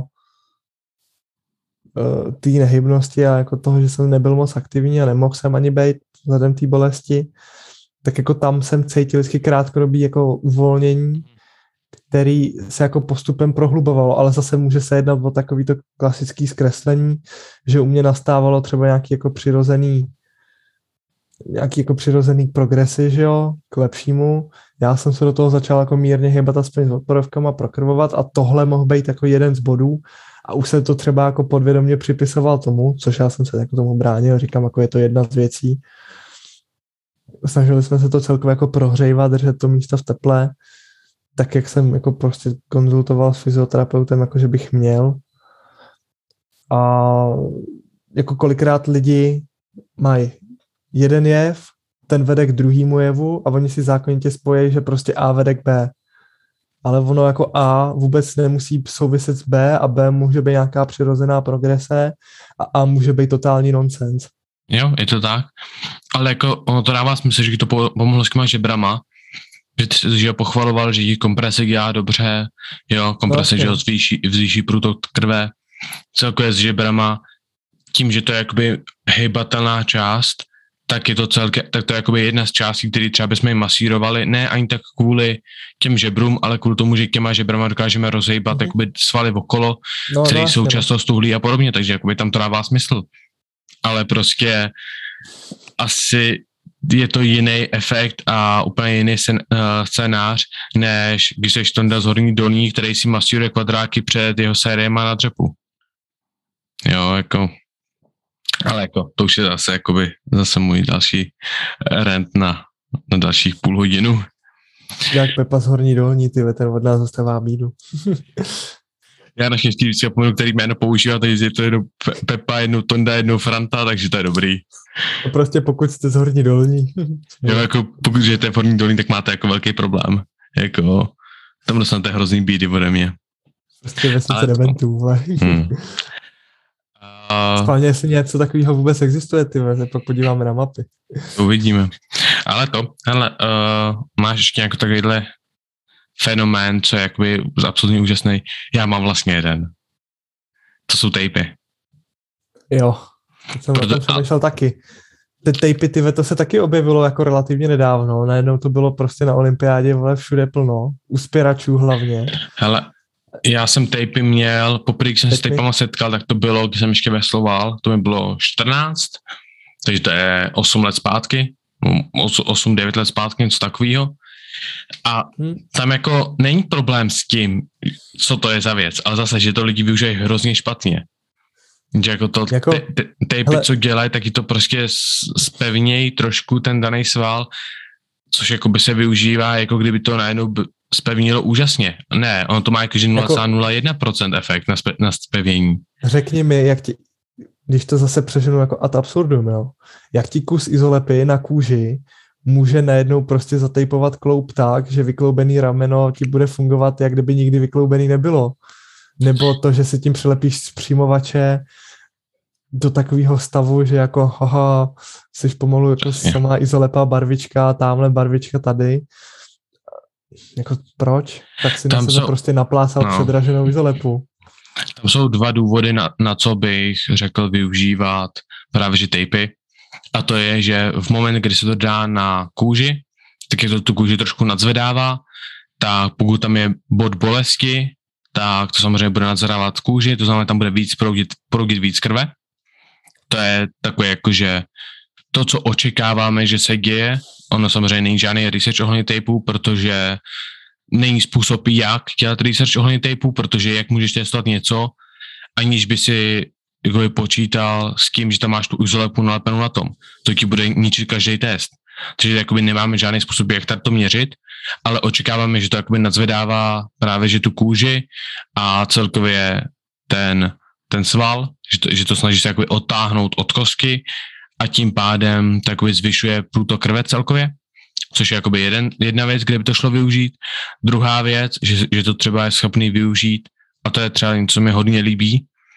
té nehybnosti a jako toho, že jsem nebyl moc aktivní a nemohl jsem ani být vzhledem té bolesti, tak jako tam jsem cítil vždycky krátkodobý jako uvolnění, který se jako postupem prohlubovalo, ale zase může se jednat o takovýto klasický zkreslení, že u mě nastávalo třeba nějaký jako přirozený nějaký jako přirozený progresy, že jo, k lepšímu. Já jsem se do toho začal jako mírně hýbat aspoň s odporovkama, prokrvovat a tohle mohl být jako jeden z bodů a už se to třeba jako podvědomě připisoval tomu, což já jsem se jako tomu bránil, říkám, jako je to jedna z věcí. Snažili jsme se to celkově jako prohřejvat, držet to místo v teple, tak jak jsem jako prostě konzultoval s fyzioterapeutem, jako že bych měl. A jako kolikrát lidi mají jeden jev, ten vede k druhému jevu a oni si zákonitě spojí, že prostě A vede k B. Ale ono jako A vůbec nemusí souviset s B a B může být nějaká přirozená progrese a A může být totální nonsens. Jo, je to tak. Ale jako ono to dává smysl, že to pomohlo s těma žebrama, že, že pochvaloval, že jí komprese dělá dobře, jo, komprese, no, že ho zvýší, zvýší průtok krve, celkově s žebrama, tím, že to je jakoby hejbatelná část, tak je to celkem, tak to je jakoby jedna z částí, které třeba bychom jim masírovali, ne ani tak kvůli těm žebrům, ale kvůli tomu, že těma žebrama dokážeme rozhejbat mm-hmm. jakoby svaly okolo, no, které no, jsou no. často stuhlí a podobně, takže jakoby tam to dává smysl. Ale prostě asi je to jiný efekt a úplně jiný sen, uh, scénář, než když seš Tonda z Horní Dolní, který si masíruje kvadráky před jeho sériema na dřepu. Jo, jako ale jako, to už je zase, jakoby, zase můj další rant na, na dalších půl hodinu. Jak Pepa z Horní Dolní, ty ten od nás zastává bídu. Já naštěstí vždycky zapomenu, který jméno používá, takže je to jednou Pepa, jednou Tonda, jednou Franta, takže to je dobrý. No prostě pokud jste z Horní Dolní. Jo, jako pokud žijete v Horní Dolní, tak máte jako velký problém. Jako, tam dostanete hrozný bídy ode mě. Prostě vesnice dementů, vole. Hmm. Uh, Spálně, jestli něco takového vůbec existuje, ty se pak podíváme na mapy. Uvidíme. Ale to, hele, uh, máš ještě nějaký takovýhle fenomén, co je jakoby absolutně úžasný. Já mám vlastně jeden. To jsou tejpy. Jo, to jsem Proto, o tom přemýšlel a... taky. Ty tejpy, ty to se taky objevilo jako relativně nedávno. Najednou to bylo prostě na olympiádě, vole, všude plno. U spěračů hlavně. Hele, já jsem tejpy měl, poprvé, když jsem se s tejpama setkal, tak to bylo, když jsem ještě vesloval, to mi bylo čtrnáct, takže to je osm let zpátky, osm devět let zpátky, něco takového. A tam jako není problém s tím, co to je za věc, ale zase, že to lidi využijí hrozně špatně. Že jako to jako, te, te, tejpy, hele, co dělají, taky to prostě spevnějí trošku ten daný sval, což jako by se využívá, jako kdyby to najednou spevnilo úžasně. Ne, ono to má jako, že nula celá nula jedna procent efekt na, spe, na spevnění. Řekni mi, jak ti, když to zase přeženu jako ad absurdum, jo, jak ti kus izolepy na kůži může najednou prostě zatejpovat kloup tak, že vykloubený rameno ti bude fungovat, jak kdyby nikdy vykloubený nebylo. Nebo to, že si tím přilepíš z přímovače do takového stavu, že jako haha, jsi pomalu jako samá izolepa barvička, tamhle barvička tady. Jako proč? Tak si na sebe jsou, prostě naplásal no. předraženou izolepu. Tam jsou dva důvody, na, na co bych řekl využívat právě že tejpy. A to je, že v moment, kdy se to dá na kůži, tak jak to tu kůži trošku nadzvedává, tak pokud tam je bod bolesti, tak to samozřejmě bude nadzvedávat kůži, to znamená, tam bude víc proudit, proudit víc krve. To je takové jako, že to, co očekáváme, že se děje, ono samozřejmě není žádný research ohledně tejpů, protože není způsob, jak dělat research ohledně tejpů, protože jak můžeš testovat něco, aniž by si jako počítal s tím, že tam máš tu izolepu nalepenou na tom. To ti bude ničit každý test. Takže jakoby nemáme žádný způsob, jak to měřit, ale očekáváme, že to jakoby nadzvedává právě že tu kůži a celkově ten, ten sval, že to, že to snaží se jakoby odtáhnout od kostky a tím pádem takový zvyšuje průtok krve celkově, což je jakoby jeden, jedna věc, kde by to šlo využít. Druhá věc, že, že to třeba je schopný využít, a to je třeba něco, co mi hodně líbí,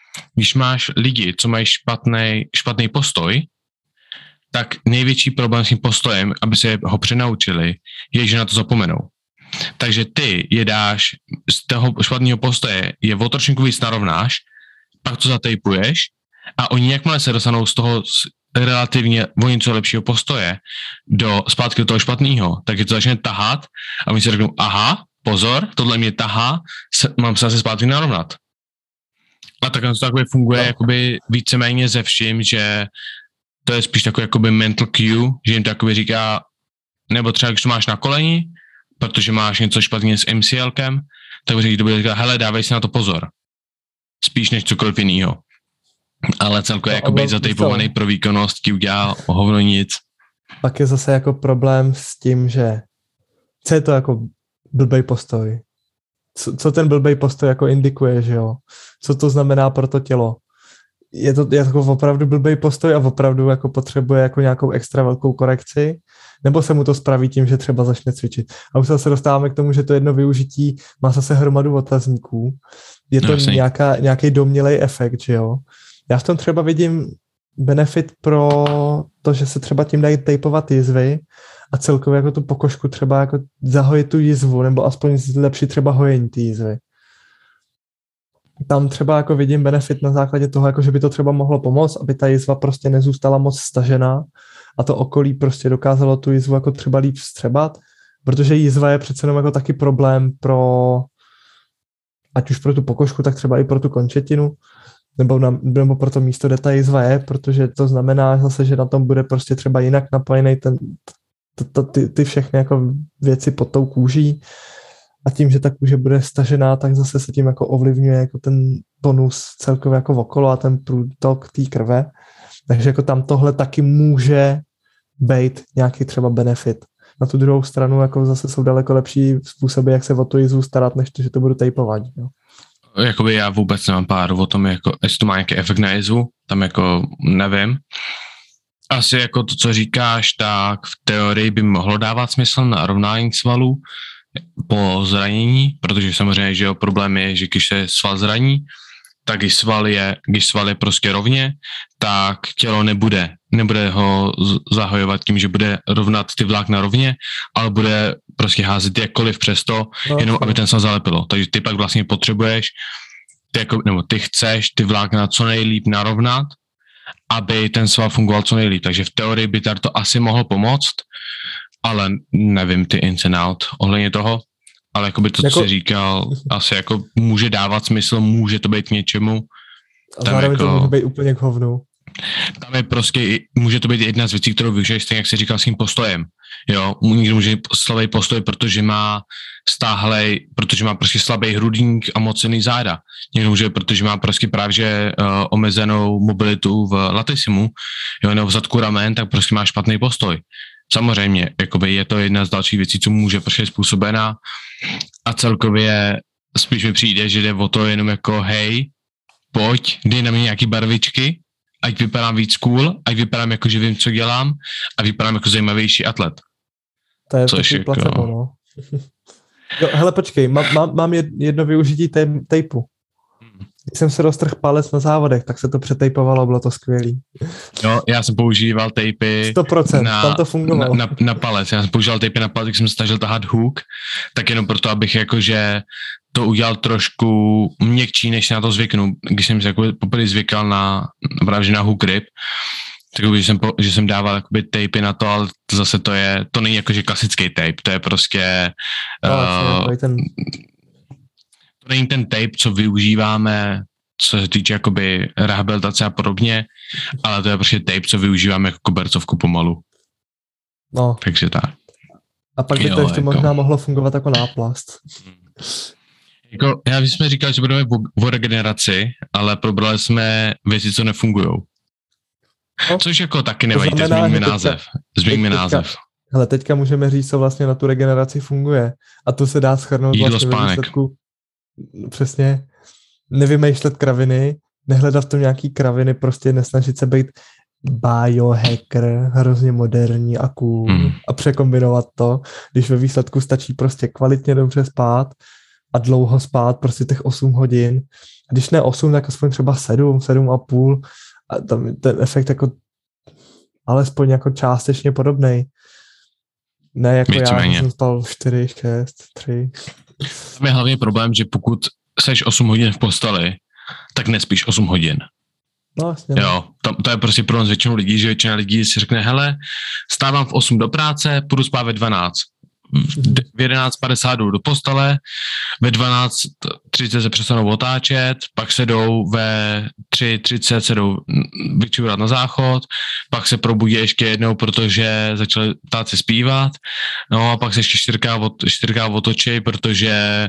když máš lidi, co mají špatný, špatný postoj, tak největší problém s tím postojem, aby se ho přenaučili, je, že na to zapomenou. Takže ty je dáš z toho špatného postoje, je o trošku víc narovnáš, pak to zatejpuješ a oni jakmile se dostanou z toho relativně o něco lepšího postoje do zpátky do toho špatného, tak je to začne tahat a oni si řeknou, aha, pozor, tohle mě tahá, se, mám se zase zpátky narovnat. A tak to takové funguje no. jakoby víceméně ze vším, že to je spíš takový jakoby mental cue, že jim to jakoby říká, nebo třeba když to máš na koleni, protože máš něco špatně s M C L kem, tak bych to bude říkat, hele, dávej si na to pozor. Spíš než cokoliv jinýho. Ale celkově no, jako být zatejpovaný pro výkonnost ti udělá hovno nic. Pak je zase jako problém s tím, že co je to jako blbej postoj? Co, co ten blbej postoj jako indikuje, že jo? Co to znamená pro to tělo? Je to jako opravdu blbej postoj a opravdu jako potřebuje jako nějakou extra velkou korekci? Nebo se mu to spraví tím, že třeba začne cvičit? A už se dostáváme k tomu, že to jedno využití má zase hromadu otazníků. Je to no, nějaká, nějaký domnělej efekt, že jo? Já v tom třeba vidím benefit pro to, že se třeba tím dají tejpovat jizvy a celkově jako tu pokožku třeba jako zahojit tu jizvu, nebo aspoň zlepšit třeba hojení té jizvy. Tam třeba jako vidím benefit na základě toho, jako že by to třeba mohlo pomoct, aby ta jizva prostě nezůstala moc stažená a to okolí prostě dokázalo tu jizvu jako třeba líp vstřebat, protože jizva je přece jenom jako taky problém pro ať už pro tu pokožku, tak třeba i pro tu končetinu, nebo, na, nebo pro to místo, kde ta jizva je, protože to znamená zase, že na tom bude prostě třeba jinak napojený ten, t, t, ty, ty všechny jako věci pod tou kůží a tím, že ta kůže bude stažená, tak zase se tím jako ovlivňuje jako ten tonus celkově jako okolo a ten průtok té krve. Takže jako tam tohle taky může být nějaký třeba benefit. Na tu druhou stranu jako zase jsou daleko lepší způsoby, jak se o tu jizvu starat, než to, že to budu tejpovat. Jo. Jakoby já vůbec nemám pár o tom, jako, jestli to má nějaký efekt na jizvu, tam jako nevím. Asi jako to, co říkáš, tak v teorii by mohlo dávat smysl na rovnání svalů po zranění, protože samozřejmě, že jo, problém je, že když se sval zraní, tak když sval je, když sval je prostě rovně, tak tělo nebude, nebude ho zahojovat tím, že bude rovnat ty vlákna rovně, ale bude prostě házet jakkoliv přesto, jenom aby ten sval zalepilo. Takže ty pak vlastně potřebuješ, ty jako, nebo ty chceš ty vlákna co nejlíp narovnat, aby ten sval fungoval co nejlíp. Takže v teorii by tady to asi mohlo pomoct, ale nevím ty ins and out ohledně toho. Ale jako by to, jako, co jsi říkal, asi jako může dávat smysl, může to být k něčemu. A zároveň jako, to může být úplně k hovnu. Tam je prostě, může to být jedna z věcí, kterou využiješ, stejně jak jsi říkal s tím postojem. Jo, někdo může mít slabý postoj, protože má stáhlej, protože má prostě slabý hrudník a moc silný záda. Někdo může, protože má prostě právě že, uh, omezenou mobilitu v latissimu, jo, nebo v zadku ramen, tak prostě má špatný postoj. Samozřejmě, jakoby je to jedna z dalších věcí, co může prostě způsobená a celkově spíš mi přijde, že jde o to jenom jako hej, pojď, dej na mě nějaký barvičky, ať vypadám víc cool, ať vypadám jako, že vím, co dělám a vypadám jako zajímavější atlet. To je Což jako... placebo, no. Jo, hele, počkej, mám, mám, mám jedno využití tej, tejpu. Když jsem se roztrhl palec na závodech, tak se to přetejpovalo, bylo to skvělý. Jo, já jsem používal tejpy sto procent, na, tam to fungovalo. Na, na, na palec, já jsem používal tejpy na palec, když jsem se snažil tahat hook, tak jenom proto, abych jakože to udělal trošku měkčí, než na to zvyknu. Když jsem se jako poprvé zvykal na, právě na hook grip, tak že jsem, že jsem dával jakoby tejpy na to, ale to zase to je, to není jakože klasický tape, to je prostě... No, uh, ten... To není ten tape, co využíváme, co se týče jakoby rehabilitace a podobně, ale to je prostě tape, co využíváme jako kobercovku pomalu. No. Takže tak. A pak by jo, to ještě jako... možná mohlo fungovat jako náplast. Jako, já jsme říkali, že budeme o regeneraci, ale probrali jsme věci, co nefungujou. No. Což jako taky nevadí, změníme název. Změníme název. Hele, teďka můžeme říct, co vlastně na tu regeneraci funguje. A to se dá shrnout Jídlo, vlastně spánek. ve výsledku. Přesně. Nevymýšlet kraviny, nehledat v tom nějaký kraviny, prostě nesnažit se být biohacker, hrozně moderní a cool hmm. a překombinovat to, když ve výsledku stačí prostě kvalitně dobře spát, a dlouho spát, prostě těch osm hodin. Když ne osm, tak aspoň třeba sedm, sedm a půl. A tam ten efekt jako alespoň jako částečně podobnej. Ne jako Víc já, méně. jsem spal čtyři, šest, tři. Tam je hlavně problém, že pokud seš osm hodin v posteli, tak nespíš osm hodin. No vlastně. No. Jo, to, to je prostě problém s většinou lidí, že většina lidí si řekne, hele, stávám v osm do práce, půjdu spát ve dvanáct. V jedenáct padesát jdu do postele, ve dvanáct třicet se přestanou otáčet, pak se jdou ve tři třicet se jdou vyčurat na záchod, pak se probudí ještě jednou, protože začali ptáci zpívat, no a pak se ještě čtyřikrát, čtyřikrát otočí, protože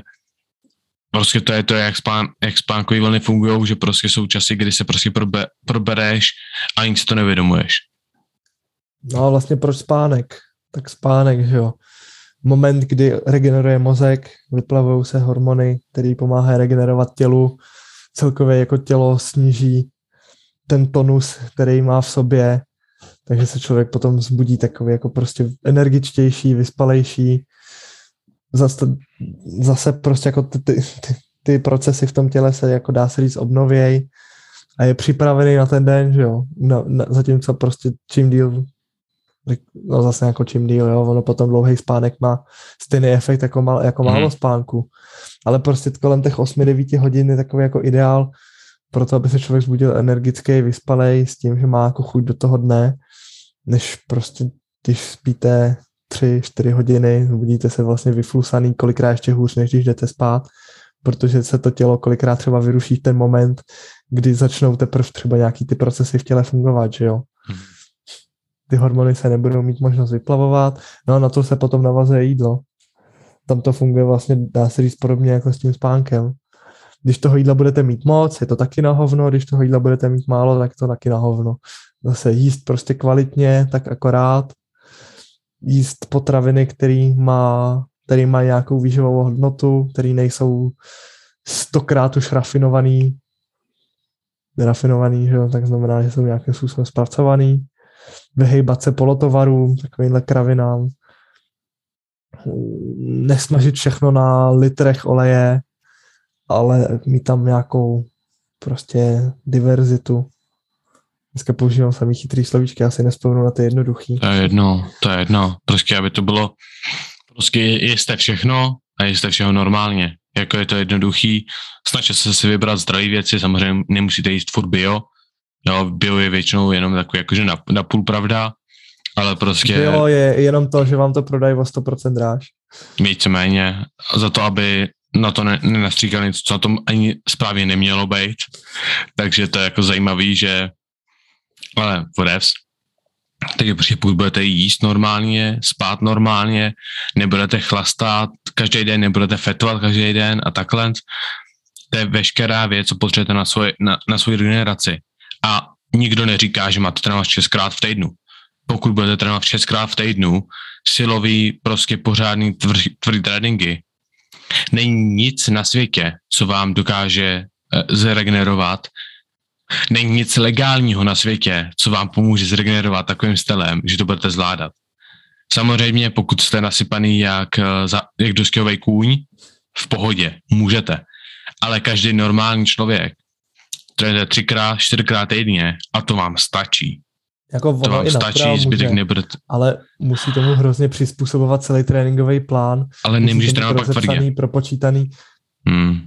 prostě to je to, jak, spán, jak spánkové vlny fungujou, že prostě jsou časy, kdy se prostě probe, probereš a nic to nevědomuješ. No a vlastně proč spánek? Tak spánek, že jo. Moment, kdy regeneruje mozek, vyplavují se hormony, které pomáhají regenerovat tělu, celkově jako tělo sníží ten tonus, který má v sobě, takže se člověk potom zbudí takový jako prostě energičtější, vyspalejší. Zase, zase prostě jako ty, ty, ty, ty procesy v tom těle se jako dá se říct obnověj a je připravený na ten den, že jo. Na, na, zatímco prostě čím díl no zase jako čím díl, jo, ono potom dlouhý spánek má stejný efekt jako, mal, jako málo hmm. spánku, ale prostě kolem těch osm devět hodin je takový jako ideál pro to, aby se člověk zbudil energický, vyspalej s tím, že má jako chuť do toho dne, než prostě, když spíte tři čtyři hodiny, budíte se vlastně vyflusaný, kolikrát ještě hůř, než když jdete spát, protože se to tělo kolikrát třeba vyruší v ten moment, kdy začnou teprve třeba nějaký ty procesy v těle fungovat, že jo. Hmm. Ty hormony se nebudou mít možnost vyplavovat, no a na to se potom navazuje jídlo. Tam to funguje vlastně, dá se říct, podobně jako s tím spánkem. Když toho jídla budete mít moc, je to taky na hovno, když toho jídla budete mít málo, tak to taky na hovno. Zase jíst prostě kvalitně, tak akorát. Jíst potraviny, který má, který má nějakou výživovou hodnotu, který nejsou stokrát už rafinovaný. Rafinovaný, že jo, tak znamená, že jsou nějakým způsobem zpracovaný. Vyhejbat se polotovarům, takovýmhle kravinám. Nesmažit všechno na litrech oleje, ale mít tam nějakou prostě diverzitu. Dneska používám samý chytrý slovíčky, já si nespomenu na ty jednoduchý. To je jedno, to je jedno. Prostě, aby to bylo, prostě jste všechno a jste všeho normálně. Jako je to jednoduchý, snažte se si vybrat zdraví věci, samozřejmě nemusíte jíst furt bio. Jo, bio je většinou jenom takový jakože na, na půl pravda, ale prostě... Bio je jenom to, že vám to prodají o sto procent dráž. Víceméně, za to, aby na to ne, nenastříkali něco, co na tom ani správně nemělo být. Takže to je jako zajímavý, že ale whatevs. Takže prostě pokud budete jíst normálně, spát normálně, nebudete chlastat každý den, nebudete fetovat každý den a takhle. To je veškerá věc, co potřebujete na svoji, na, na svoji regeneraci. A nikdo neříká, že máte trénovat šestkrát v týdnu. Pokud budete trénovat šestkrát v týdnu, silový, prostě pořádný tvrdý, tvrdý tréninky, není nic na světě, co vám dokáže eh, zregenerovat. Není nic legálního na světě, co vám pomůže zregenerovat takovým stylem, že to budete zvládat. Samozřejmě, pokud jste nasypaný jak, jak doskojový kůň, v pohodě, můžete. Ale každý normální člověk trénuje třikrát, čtyřikrát týdně a to vám stačí. Jako to vám stačí, zbytek nebudete. Ale musí tomu hrozně přizpůsobovat celý tréninkový plán. Ale nemůžeš trénovat pak tvrdě. Propočítaný. Hmm.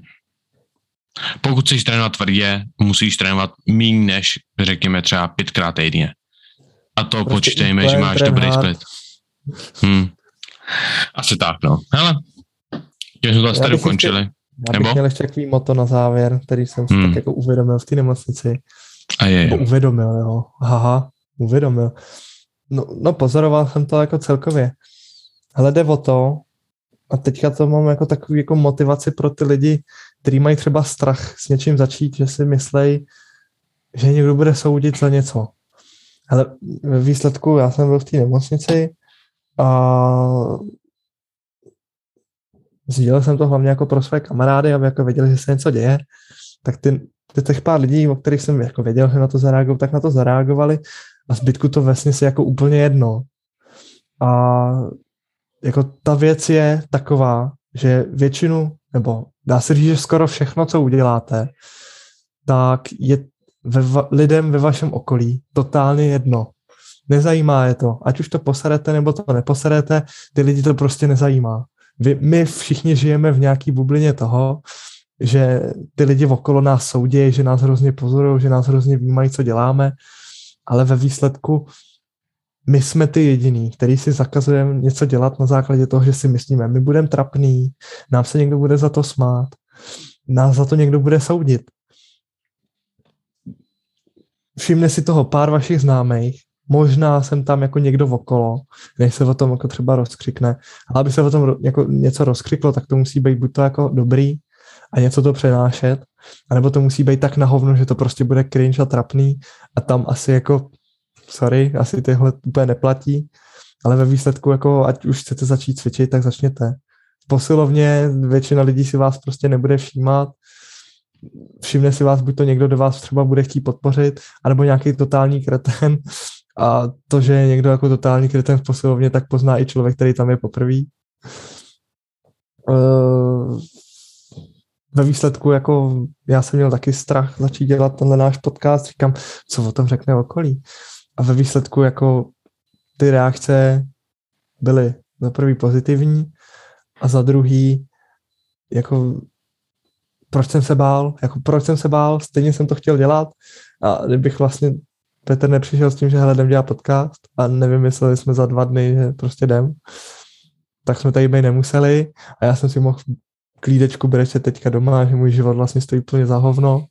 Pokud chceš trénovat tvrdě, musíš trénovat méně než, řekněme, třeba pětkrát týdně. A to prostě počítejme, že máš dobrý split. Hmm. Asi tak, no. Hele, když jsme to asi tady ukončili. Ještě, já bych Nebo? měl ještě takový moto na závěr, který jsem si hmm. tak jako uvědomil v té nemocnici. A je. Nebo uvědomil, jo. Haha, uvědomil. No, no pozoroval jsem to jako celkově. Hele, jde o to, a teďka to mám jako takový jako motivaci pro ty lidi, kteří mají třeba strach s něčím začít, že si myslej, že někdo bude soudit za něco. Ale ve výsledku já jsem byl v té nemocnici a sdílel jsem to hlavně jako pro své kamarády, aby jako věděli, že se něco děje. Tak ty, ty těch pár lidí, o kterých jsem jako věděl, že na to zareagovali, tak na to zareagovali a zbytku to vesměs jako úplně jedno. A jako ta věc je taková, že většinu nebo dá se říct, že skoro všechno, co uděláte, tak je ve va- lidem ve vašem okolí totálně jedno. Nezajímá je to. Ať už to poserete, nebo to neposerete, ty lidi to prostě nezajímá. Vy, my všichni žijeme v nějaký bublině toho, že ty lidi okolo nás soudějí, že nás hrozně pozorují, že nás hrozně vnímají, co děláme, ale ve výsledku my jsme ty jediný, který si zakazujeme něco dělat na základě toho, že si myslíme, my budeme trapný, nám se někdo bude za to smát, nás za to někdo bude soudit. Všimne si toho pár vašich známých, možná jsem tam jako někdo okolo, než se o tom jako třeba rozkřikne, ale aby se o tom jako něco rozkřiklo, tak to musí být buď to jako dobrý a něco to přenášet, anebo to musí být tak na hovno, že to prostě bude cringe a trapný a tam asi jako sorry, asi tyhle úplně neplatí, ale ve výsledku, jako ať už chcete začít cvičit, tak začněte. V posilovně většina lidí si vás prostě nebude všímat, všimne si vás, buď to někdo do vás třeba bude chtít podpořit, anebo nějaký totální kreten a to, že je někdo jako totální kreten v posilovně, tak pozná i člověk, který tam je poprvé. Ve výsledku, jako já jsem měl taky strach začít dělat tenhle náš podcast, říkám, co o tom řekne okolí. A ve výsledku jako ty reakce byly za prvý pozitivní a za druhý jako proč jsem se bál, jako proč jsem se bál, stejně jsem to chtěl dělat a kdybych vlastně Petr nepřišel s tím, že hele, jdem dělat podcast a nevymysleli jsme za dva dny, že prostě jdem, tak jsme tady být nemuseli a já jsem si mohl klídečku brečet teďka doma, že můj život vlastně stojí plně za hovno.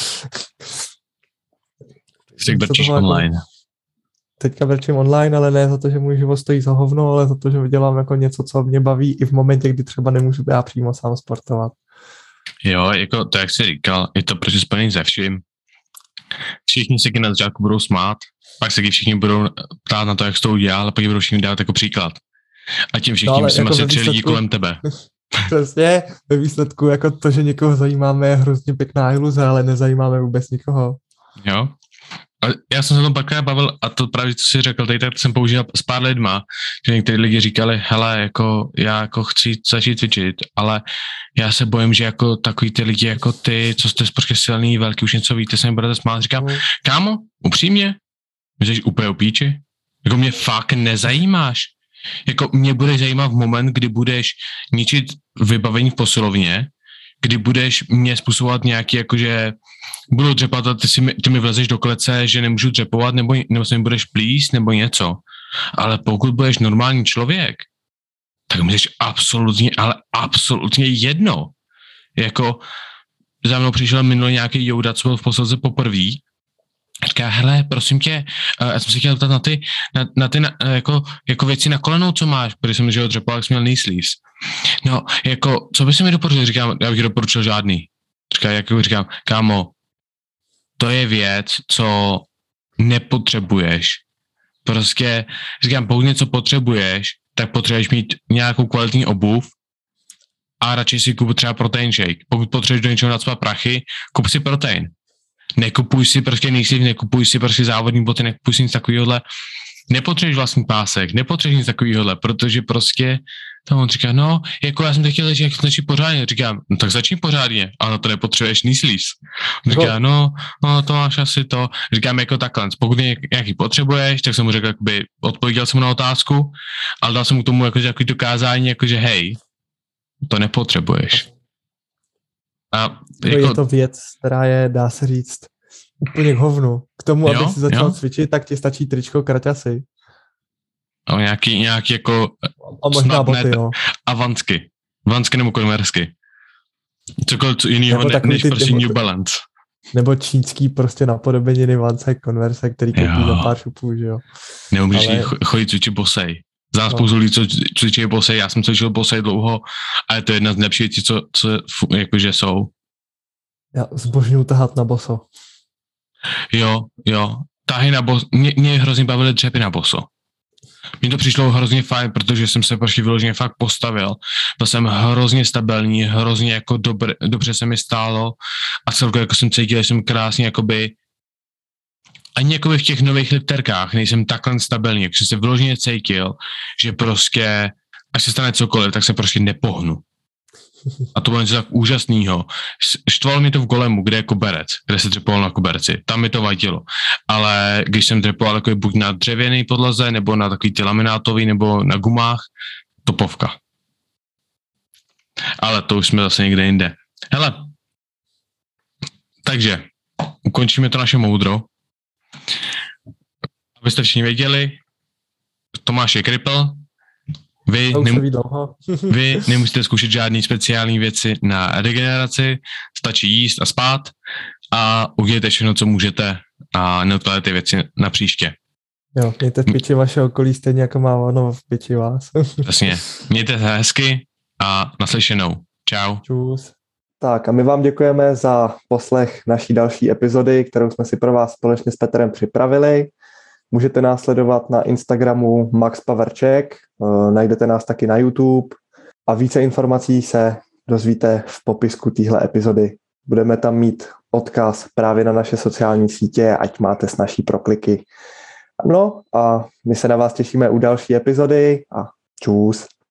Jsi brčíš online. Jako, teďka brčím online, ale ne za to, že můj život stojí za hovno, ale za to, že dělám jako něco, co mě baví i v momentě, kdy třeba nemůžu já přímo sám sportovat. Jo, jako to, jak jsi říkal, je to prostě spojený se vším. Všichni se na začátku budou smát, pak se všichni budou ptát na to, jak jsi to udělal, ale pak budou všichni dávat jako příklad. A tím všichni, no, myslím, jako asi tři lidi kolem tebe. Přesně, ve výsledku jako to, že někoho zajímáme, je hrozně pěkná iluze, ale nezajímáme vůbec nikoho. Jo. A já jsem se o tom párkrát bavil a to právě, co jsi řekl, tady tak jsem použil s pár lidma, že některý lidi říkali, hele, jako já jako chci začít cvičit, ale já se bojím, že jako takový ty lidi jako ty, co jste prostě silný, velký, už něco víte, se mi budete smát. Říkám, mm. kámo, upřímně, jsi úplně opíči? Jako mě fakt nezajímáš. Jako mě bude zajímat v moment, kdy budeš ničit vybavení v posilovně, kdy budeš mě způsobovat nějaký, jakože budu dřepat a ty, si mi, ty mi vlezeš do klece, že nemůžu dřepovat, nebo, nebo se mi budeš plíst, nebo něco. Ale pokud budeš normální člověk, tak mi jsi absolutně, ale absolutně jedno. Jako za mnou přišel minulý nějaký jouda, co byl v posledce poprvé. Říká, hele, prosím tě, já jsem se chtěl ptat na ty, na, na ty na, jako, jako věci na kolenou, co máš, protože jsem, že ho dřepal, jak jsem měl knee sleeves. No, jako, co by se mi doporučil? Říkám, já bych doporučil žádný. Říká, jak říkám, kámo, to je věc, co nepotřebuješ. Prostě, říkám, pokud něco potřebuješ, tak potřebuješ mít nějakou kvalitní obuv a radši si kup třeba protein shake. Pokud potřebuješ do něčeho nacpat prachy, kup si protein. Nekupuj si prostě nejsi, nekupuj si prostě závodní boty, nekupuj si nic takovýhodle. Nepotřebuješ vlastní pásek, nepotřebuješ nic takovýhodle, protože prostě to on říká, no, jako já jsem teď chtěl, že jak začít pořádně. Říkám, no tak začni pořádně, ale na to nepotřebuješ knee sleeves. On říká, no, no, to máš asi to. Říkám, jako takhle, pokud nějaký potřebuješ, tak jsem mu řekl, jakoby, odpověděl jsem mu na otázku, ale dal jsem mu k tomu jakože takový dokázání, jakože hej, to nepotřebuješ. A jako... Je to věc, která je, dá se říct, úplně k hovnu. K tomu, jo, aby si začal jo. cvičit, tak ti stačí tričko, kraťasy. No, nějaký, nějaký jako a možná boty, jo. A vansky. Vansky nebo konversky. Cokoliv jiného ne, než ty, prostě nebo, New Balance. Nebo čínský prostě napodobeniny vansek, konverse, který koupí za pár šupů, že jo. Nebo můžeš ale... chodit cvičit bosej. Znám spoustu lidí, co cvičí bosej, já jsem cvičil bosej dlouho a je to jedna z nejlepších věcí, co, co jakože jsou. Já zbožňuji tahat na boso. Jo, jo. Tahy na boso. Mě, mě hrozně bavily dřepy na boso. Mně to přišlo hrozně fajn, protože jsem se prostě vyloženě fakt postavil. Byl jsem hrozně stabilní, hrozně jako dobře, dobře se mi stálo a celkově jako jsem cítil, že jsem krásně jakoby ani jakoby v těch nových lifterkách nejsem takhle stabilní, jak jsem se vyloženě cítil, že prostě až se stane cokoliv, tak se prostě nepohnu. A to bylo něco tak úžasného. Štvalo mi to v golemu, kde je koberec, kde se třepoval na koberci. Tam mi to vadilo. Ale když jsem třepoval jako buď na dřevěný podlaze, nebo na takový ty laminátový, nebo na gumách, topovka. Ale to už jsme zase někde jinde. Hele, takže ukončíme to naše moudro. Abyste všichni věděli, Tomáš je kripl, vy, nem- vy nemusíte zkoušet žádný speciální věci na regeneraci, stačí jíst a spát a udělejte všechno, co můžete a neodkladejte věci na příště. Jo, mějte v piči vaše okolí stejně jako má ono v piči vás. Přesně. Mějte se hezky a naslyšenou. Čau. Čus. Tak a my vám děkujeme za poslech naší další epizody, kterou jsme si pro vás společně s Petrem připravili. Můžete nás sledovat na Instagramu Max Paverček, najdete nás taky na YouTube a více informací se dozvíte v popisku téhle epizody. Budeme tam mít odkaz právě na naše sociální sítě, ať máte snazší prokliky. No a my se na vás těšíme u další epizody a čus.